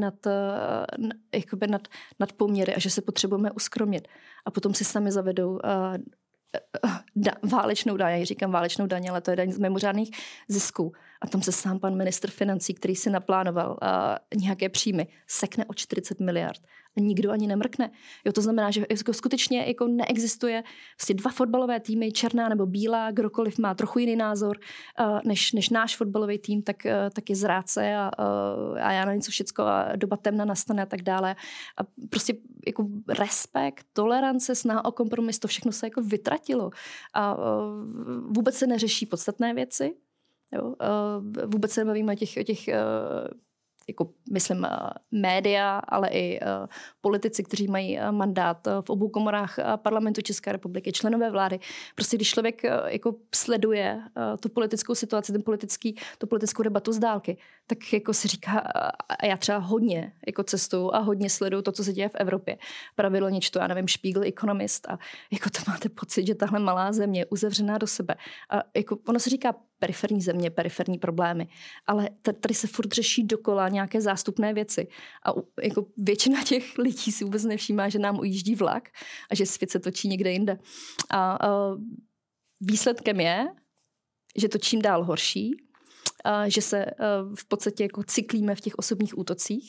nad poměry a že se potřebujeme uskromnit. A potom si sami zavedou válečnou daň. Já říkám válečnou daň, ale to je daň z mimořádných zisků. A tam se sám pan ministr financí, který si naplánoval nějaké příjmy, sekne o 40 miliard. A nikdo ani nemrkne. Jo, to znamená, že jako skutečně jako neexistuje vlastně 2 fotbalové týmy, černá nebo bílá, kdokoliv má trochu jiný názor než náš fotbalový tým, tak je zrádce a já nevím, co všecko a doba temna nastane a tak dále. A prostě jako respekt, tolerance, snaha o kompromis, to všechno se jako vytratilo. A vůbec se neřeší podstatné věci. Jo? Vůbec se nebavíme o těch jako myslím média, ale i politici, kteří mají mandát v obou komorách parlamentu České republiky, členové vlády. Prostě když člověk jako sleduje tu politickou situaci, tu politickou debatu z dálky, tak jako si říká, a já třeba hodně jako cestuju a hodně sleduju to, co se děje v Evropě. Pravidelně čtu, já nevím, Spiegel, Economist a jako to máte pocit, že tahle malá země je uzavřená do sebe. A jako ono se říká periferní země, periferní problémy. Ale tady se furt řeší dokola nějaké zástupné věci. A jako většina těch lidí si vůbec nevšímá, že nám ujíždí vlak a že svět se točí někde jinde. A výsledkem je, že to čím dál horší, že se v podstatě jako cyklíme v těch osobních útocích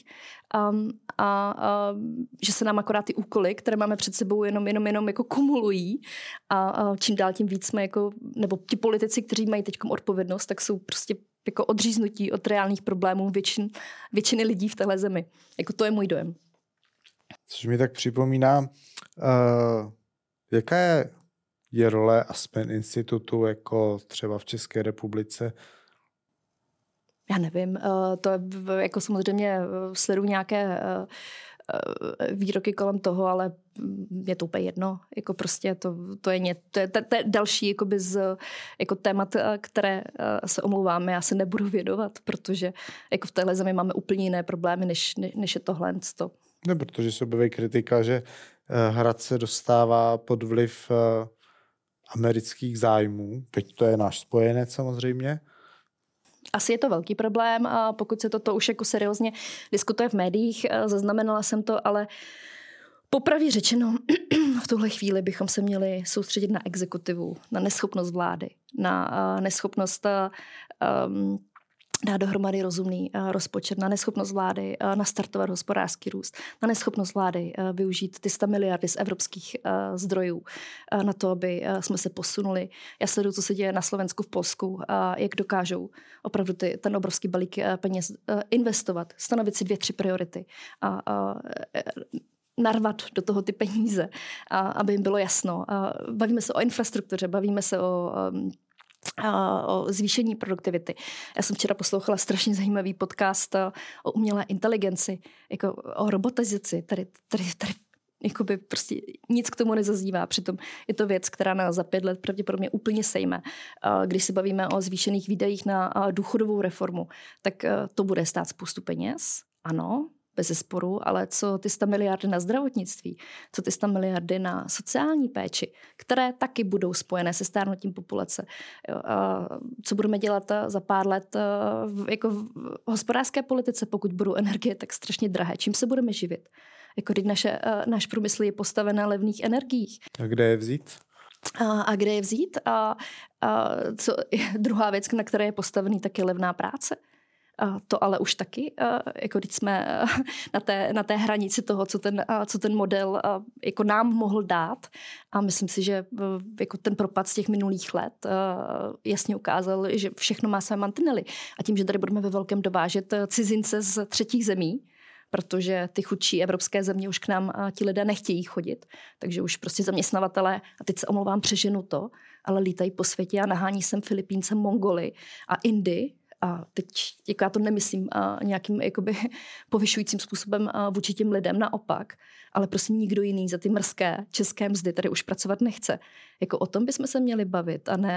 a že se nám akorát ty úkoly, které máme před sebou, jenom jako kumulují a čím dál tím víc jsme jako, nebo ti politici, kteří mají teďkom odpovědnost, tak jsou prostě jako odříznutí od reálných problémů většiny lidí v téhle zemi. Jako to je můj dojem. Což mi tak připomíná, jaká je role Aspen institutu jako třeba v České republice? Já nevím, to je jako samozřejmě sleduju nějaké výroky kolem toho, ale je to úplně jedno. Jako prostě to je další jakoby jako témat, které se omlouváme, já se nebudu věnovat, protože jako v téhle zemi máme úplně jiné problémy, než je tohle. Ne, protože se objeví kritika, že Hrad se dostává pod vliv amerických zájmů. Teď to je náš spojenec samozřejmě. Asi je to velký problém a pokud se toto už jako seriózně diskutuje v médiích, zaznamenala jsem to, ale popravdě řečeno, v tuhle chvíli bychom se měli soustředit na exekutivu, na neschopnost vlády, na neschopnost dát dohromady rozumný rozpočet, na neschopnost vlády nastartovat hospodářský růst, na neschopnost vlády využít ty 100 miliardy z evropských zdrojů na to, aby jsme se posunuli. Já sleduju, co se děje na Slovensku, v Polsku, jak dokážou opravdu ten obrovský balík peněz investovat, stanovit si 2-3 priority a narvat do toho ty peníze, aby jim bylo jasno. Bavíme se o infrastruktuře, bavíme se o zvýšení produktivity. Já jsem včera poslouchala strašně zajímavý podcast o umělé inteligenci, jako o robotizaci. Tady jakoby prostě nic k tomu nezaznívá. Přitom je to věc, která nás za 5 let pravděpodobně úplně sejme. Když se bavíme o zvýšených výdajích na důchodovou reformu, tak to bude stát spoustu peněz. Ano, bezesporu, ale co ty 100 miliardy na zdravotnictví, co ty 100 miliardy na sociální péči, které taky budou spojené se stárnutím populace. Co budeme dělat za pár let jako v hospodářské politice, pokud budou energie tak strašně drahé, čím se budeme živit? Jako když náš průmysl je postaven na levných energiích. A kde je vzít? A kde je vzít? Druhá věc, na které je postavený, tak je levná práce. To ale už taky, jako když jsme na té hranici toho, co ten model jako nám mohl dát. A myslím si, že jako ten propad z těch minulých let jasně ukázal, že všechno má své mantinely. A tím, že tady budeme ve velkém dovážet cizince z třetích zemí, protože ty chudší evropské země už k nám ti lidé nechtějí chodit, takže už prostě zaměstnavatelé, a teď se omlouvám, přeženu to, ale lítají po světě a nahání sem Filipínce, Mongoly a Indy. A teď jako já to nemyslím nějakým jakoby povyšujícím způsobem vůči těm lidem, naopak, ale prostě nikdo jiný za ty mrzké české mzdy tady už pracovat nechce. Jako o tom bychom se měli bavit a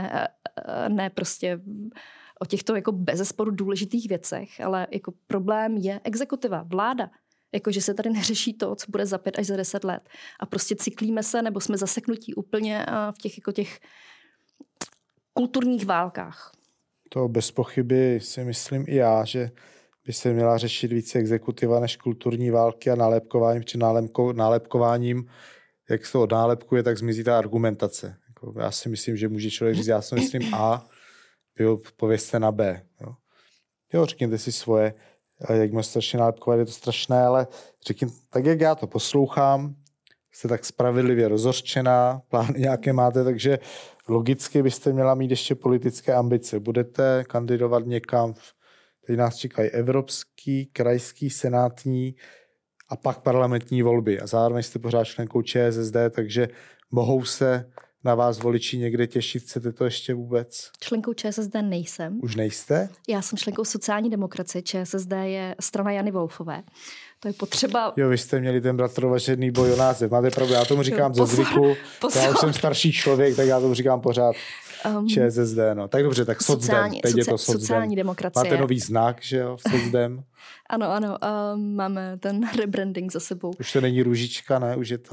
ne prostě o těchto jako bezesporu důležitých věcech, ale jako problém je exekutiva, vláda. Jako, že se tady neřeší to, co bude za 5 až za 10 let. A prostě cyklíme se, nebo jsme zaseknutí úplně v těch kulturních válkách. To bez pochyby si myslím i já, že by se měla řešit více exekutiva než kulturní války a nálepkováním, či nálepkováním, jak se to odnálepkuje, tak zmizí ta argumentace. Jako já si myslím, že může člověk říct, já si myslím A, vy povězte na B. Jo, řekněte si svoje, jak může strašně nálepkovat, je to strašné, ale řekněte, tak jak já to poslouchám, jste tak spravedlivě rozhořčená, plány nějaké máte, takže logicky byste měla mít ještě politické ambice. Budete kandidovat někam, teď nás čekají evropský, krajský, senátní a pak parlamentní volby. A zároveň jste pořád členkou ČSSD, takže mohou se na vás voliči někde těšit. Chcete to ještě vůbec? Členkou ČSSD nejsem. Už nejste? Já jsem členkou sociální demokracie. ČSSD je strana Jany Wolfové. To je potřeba... Jo, vy jste měli ten bratrovažedný boj o název. Máte pravdu, já tomu říkám ze zvyku. Já už jsem starší člověk, tak já tomu říkám pořád ČSSD. No. Tak dobře, tak Socdem. Teď je to Socdem. Sociální demokracie. Máte nový znak, že jo, v Socdem? Ano, máme ten rebranding za sebou. Už to není růžička, ne? Už je to...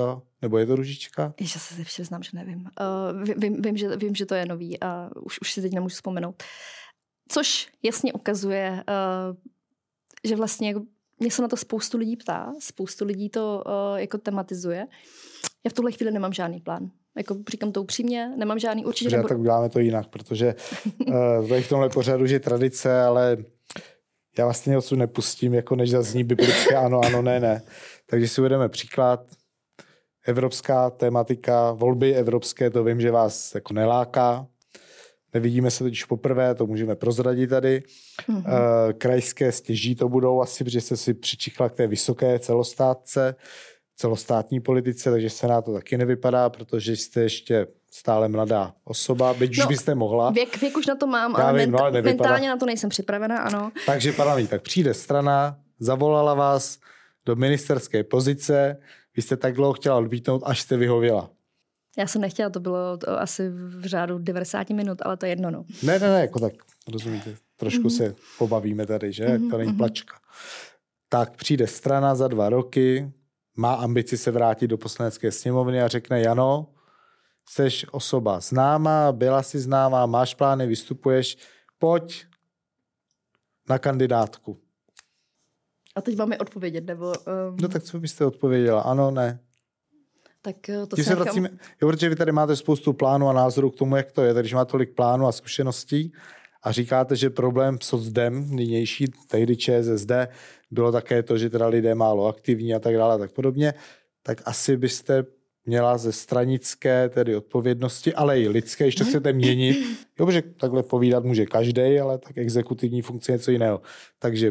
Nebo je to Růžička? Já se přiznám, že nevím. Vím, že to je nový a už si teď nemůžu vzpomenout. Což jasně ukazuje, že vlastně mě se na to spoustu lidí ptá, spoustu lidí to jako tematizuje. Já v tuhle chvíli nemám žádný plán. Jako říkám to upřímně, nemám žádný určitě. Tak uděláme to jinak, protože tady v tomhle pořadu je tradice, ale já vlastně odsud nepustím, jako než zazní biblické ano, ano, ne. Takže si uvedeme příklad. Evropská tematika, volby evropské, to vím, že vás jako neláká. Nevidíme se totiž poprvé, to můžeme prozradit tady. Krajské stěží to budou asi, protože jste si přičikla k té vysoké celostátní politice, takže se na to taky nevypadá, protože jste ještě stále mladá osoba, byť už byste mohla. Věk už na to mám, ale mentálně na to nejsem připravená, ano. Takže parlament, tak přijde strana, zavolala vás do ministerské pozice, vy jste tak dlouho chtěla odmítnout, až jste vyhověla. Já jsem nechtěla, to bylo asi v řádu 90 minut, ale to je jedno, no. Ne, jako tak, rozumíte, trošku se pobavíme tady, že? To není plačka. Tak přijde strana za 2 roky, má ambici se vrátit do poslanecké sněmovny a řekne, Jano, jsi osoba známá, byla si známá, máš plány, vystupuješ, pojď na kandidátku. A teď máme odpovědět, nebo... No tak co byste odpověděla? Ano, ne? Tak to se vracíme, protože vy tady máte spoustu plánů a názorů k tomu, jak to je, takže má tolik plánů a zkušeností a říkáte, že problém socdem, nynější, tehdy ČSSD, bylo také to, že teda lidé málo aktivní a tak dále a tak podobně, tak asi byste měla ze stranické tedy odpovědnosti, ale i lidské, když to chcete měnit, jo, protože takhle povídat může každej, ale tak exekutivní funkce je něco jiného. Takže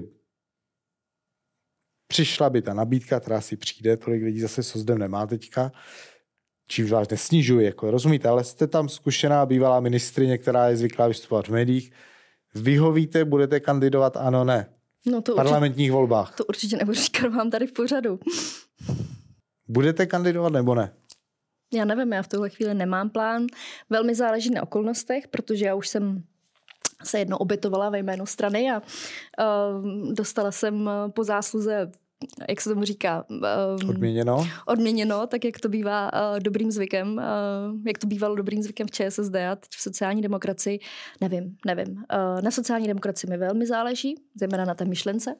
přišla by ta nabídka, která si přijde, tolik lidí zase socdem nemá teďka, čímž vás nesnižuji, jako rozumíte, ale jste tam zkušená bývalá ministryně, která je zvyklá vystupovat v médiích. Vyhovíte, budete kandidovat, ano, ne? No to parlamentních volbách. To určitě nebudu říkat vám tady v pořadu. Budete kandidovat nebo ne? Já nevím, já v tuhle chvíli nemám plán. Velmi záleží na okolnostech, protože já už jsem se jednou obětovala ve jménu strany a dostala jsem po zásluze, jak se tomu říká? Odměněno, tak jak to bývá dobrým zvykem, jak to bývalo dobrým zvykem v ČSSD a teď v sociální demokracii. Nevím. Na sociální demokracii mi velmi záleží, zejména na té myšlence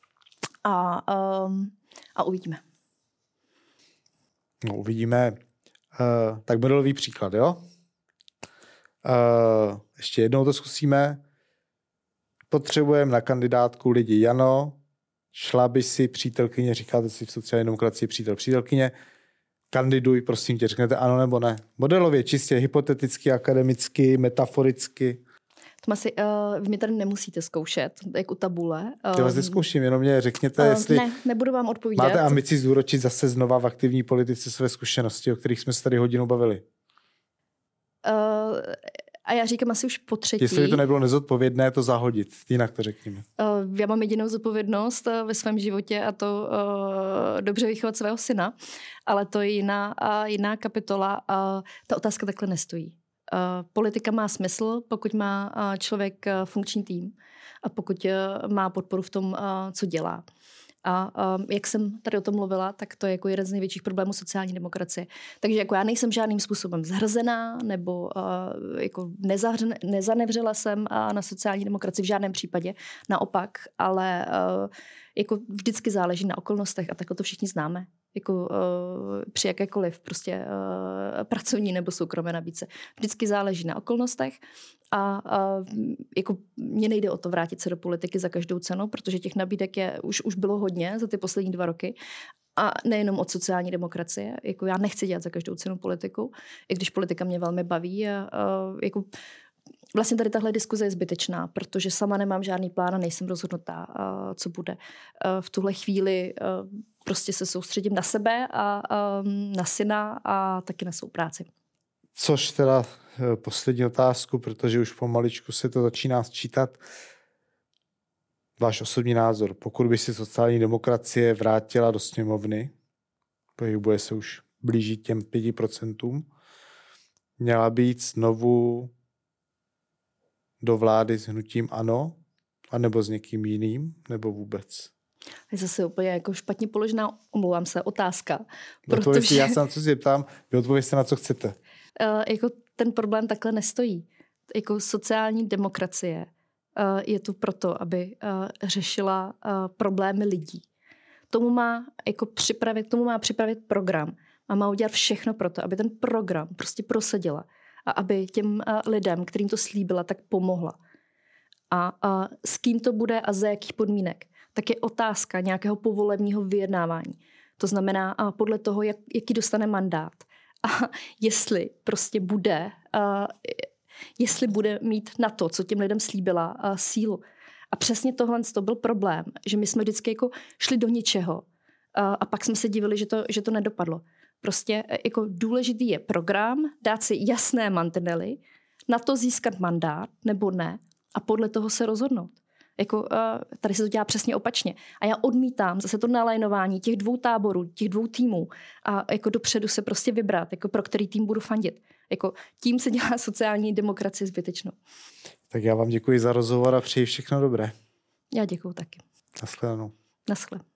a uvidíme. No, uvidíme. Tak modelový příklad, jo? Ještě jednou to zkusíme. Potřebujeme na kandidátku lidi. Jano, šla by si přítelkyně, říkáte si v sociální demokracii přítelkyně, kandiduj, prosím tě, řeknete ano nebo ne. Modelově, čistě hypoteticky, akademicky, metaforicky. Tomasi, vy mě tady nemusíte zkoušet, jak u tabule. Já vás neskouším, jenom mě řekněte, jestli nebudu vám odpovídat. Máte ambici zúročit zase znova v aktivní politice své zkušenosti, o kterých jsme se tady hodinu bavili. A já říkám asi už po třetí. Jestli by to nebylo nezodpovědné, to zahodit. Jinak to řekněme. Já mám jedinou zodpovědnost ve svém životě a to dobře vychovat svého syna, ale to je jiná kapitola a ta otázka takhle nestojí. Politika má smysl, pokud má člověk funkční tým a pokud má podporu v tom, co dělá. A jak jsem tady o tom mluvila, tak to je jako jeden z největších problémů sociální demokracie. Takže jako já nejsem žádným způsobem zhrzená nebo jako nezanevřela jsem na sociální demokracii v žádném případě. Naopak, ale jako vždycky záleží na okolnostech a tak to všichni známe. Jako při jakékoliv prostě pracovní nebo soukromé nabídce. Vždycky záleží na okolnostech a jako mně nejde o to vrátit se do politiky za každou cenu, protože těch nabídek už bylo hodně za ty poslední 2 roky a nejenom od sociální demokracie. Jako já nechci dělat za každou cenu politiku, i když politika mě velmi baví a jako vlastně tady tahle diskuze je zbytečná, protože sama nemám žádný plán a nejsem rozhodnutá, co bude. V tuhle chvíli prostě se soustředím na sebe a na syna a taky na svou práci. Což teda poslední otázku, protože už pomaličku se to začíná sčítat. Váš osobní názor. Pokud by si sociální demokracie vrátila do sněmovny, pohybuje se už blížit těm 5%, měla být znovu do vlády s hnutím ANO, anebo s někým jiným, nebo vůbec? Je zase úplně jako špatně položená, omlouvám se, otázka. Protože... Já se na co si ptám, vy odpověste na co chcete. Jako ten problém takhle nestojí. Jako sociální demokracie je tu proto, aby řešila problémy lidí. Tomu má připravit program a má udělat všechno pro to, aby ten program prostě prosadila a aby těm lidem, kterým to slíbila, tak pomohla. A s kým to bude a za jakých podmínek, tak je otázka nějakého povolebního vyjednávání. To znamená podle toho, jaký dostane mandát. A jestli prostě jestli bude mít na to, co těm lidem slíbila, sílu. A přesně tohle to byl problém, že my jsme vždycky jako šli do něčeho a pak jsme se divili, že to nedopadlo. Prostě jako důležitý je program, dát si jasné mantinely, na to získat mandát nebo ne a podle toho se rozhodnout. Jako, tady se to dělá přesně opačně. A já odmítám zase to nalajnování těch dvou táborů, těch dvou týmů a jako dopředu se prostě vybrat, jako pro který tým budu fandit. Jako, tím se dělá sociální demokracie zbytečnou. Tak já vám děkuji za rozhovor a přeji všechno dobré. Já děkuju taky. Naschledanou. Naschle.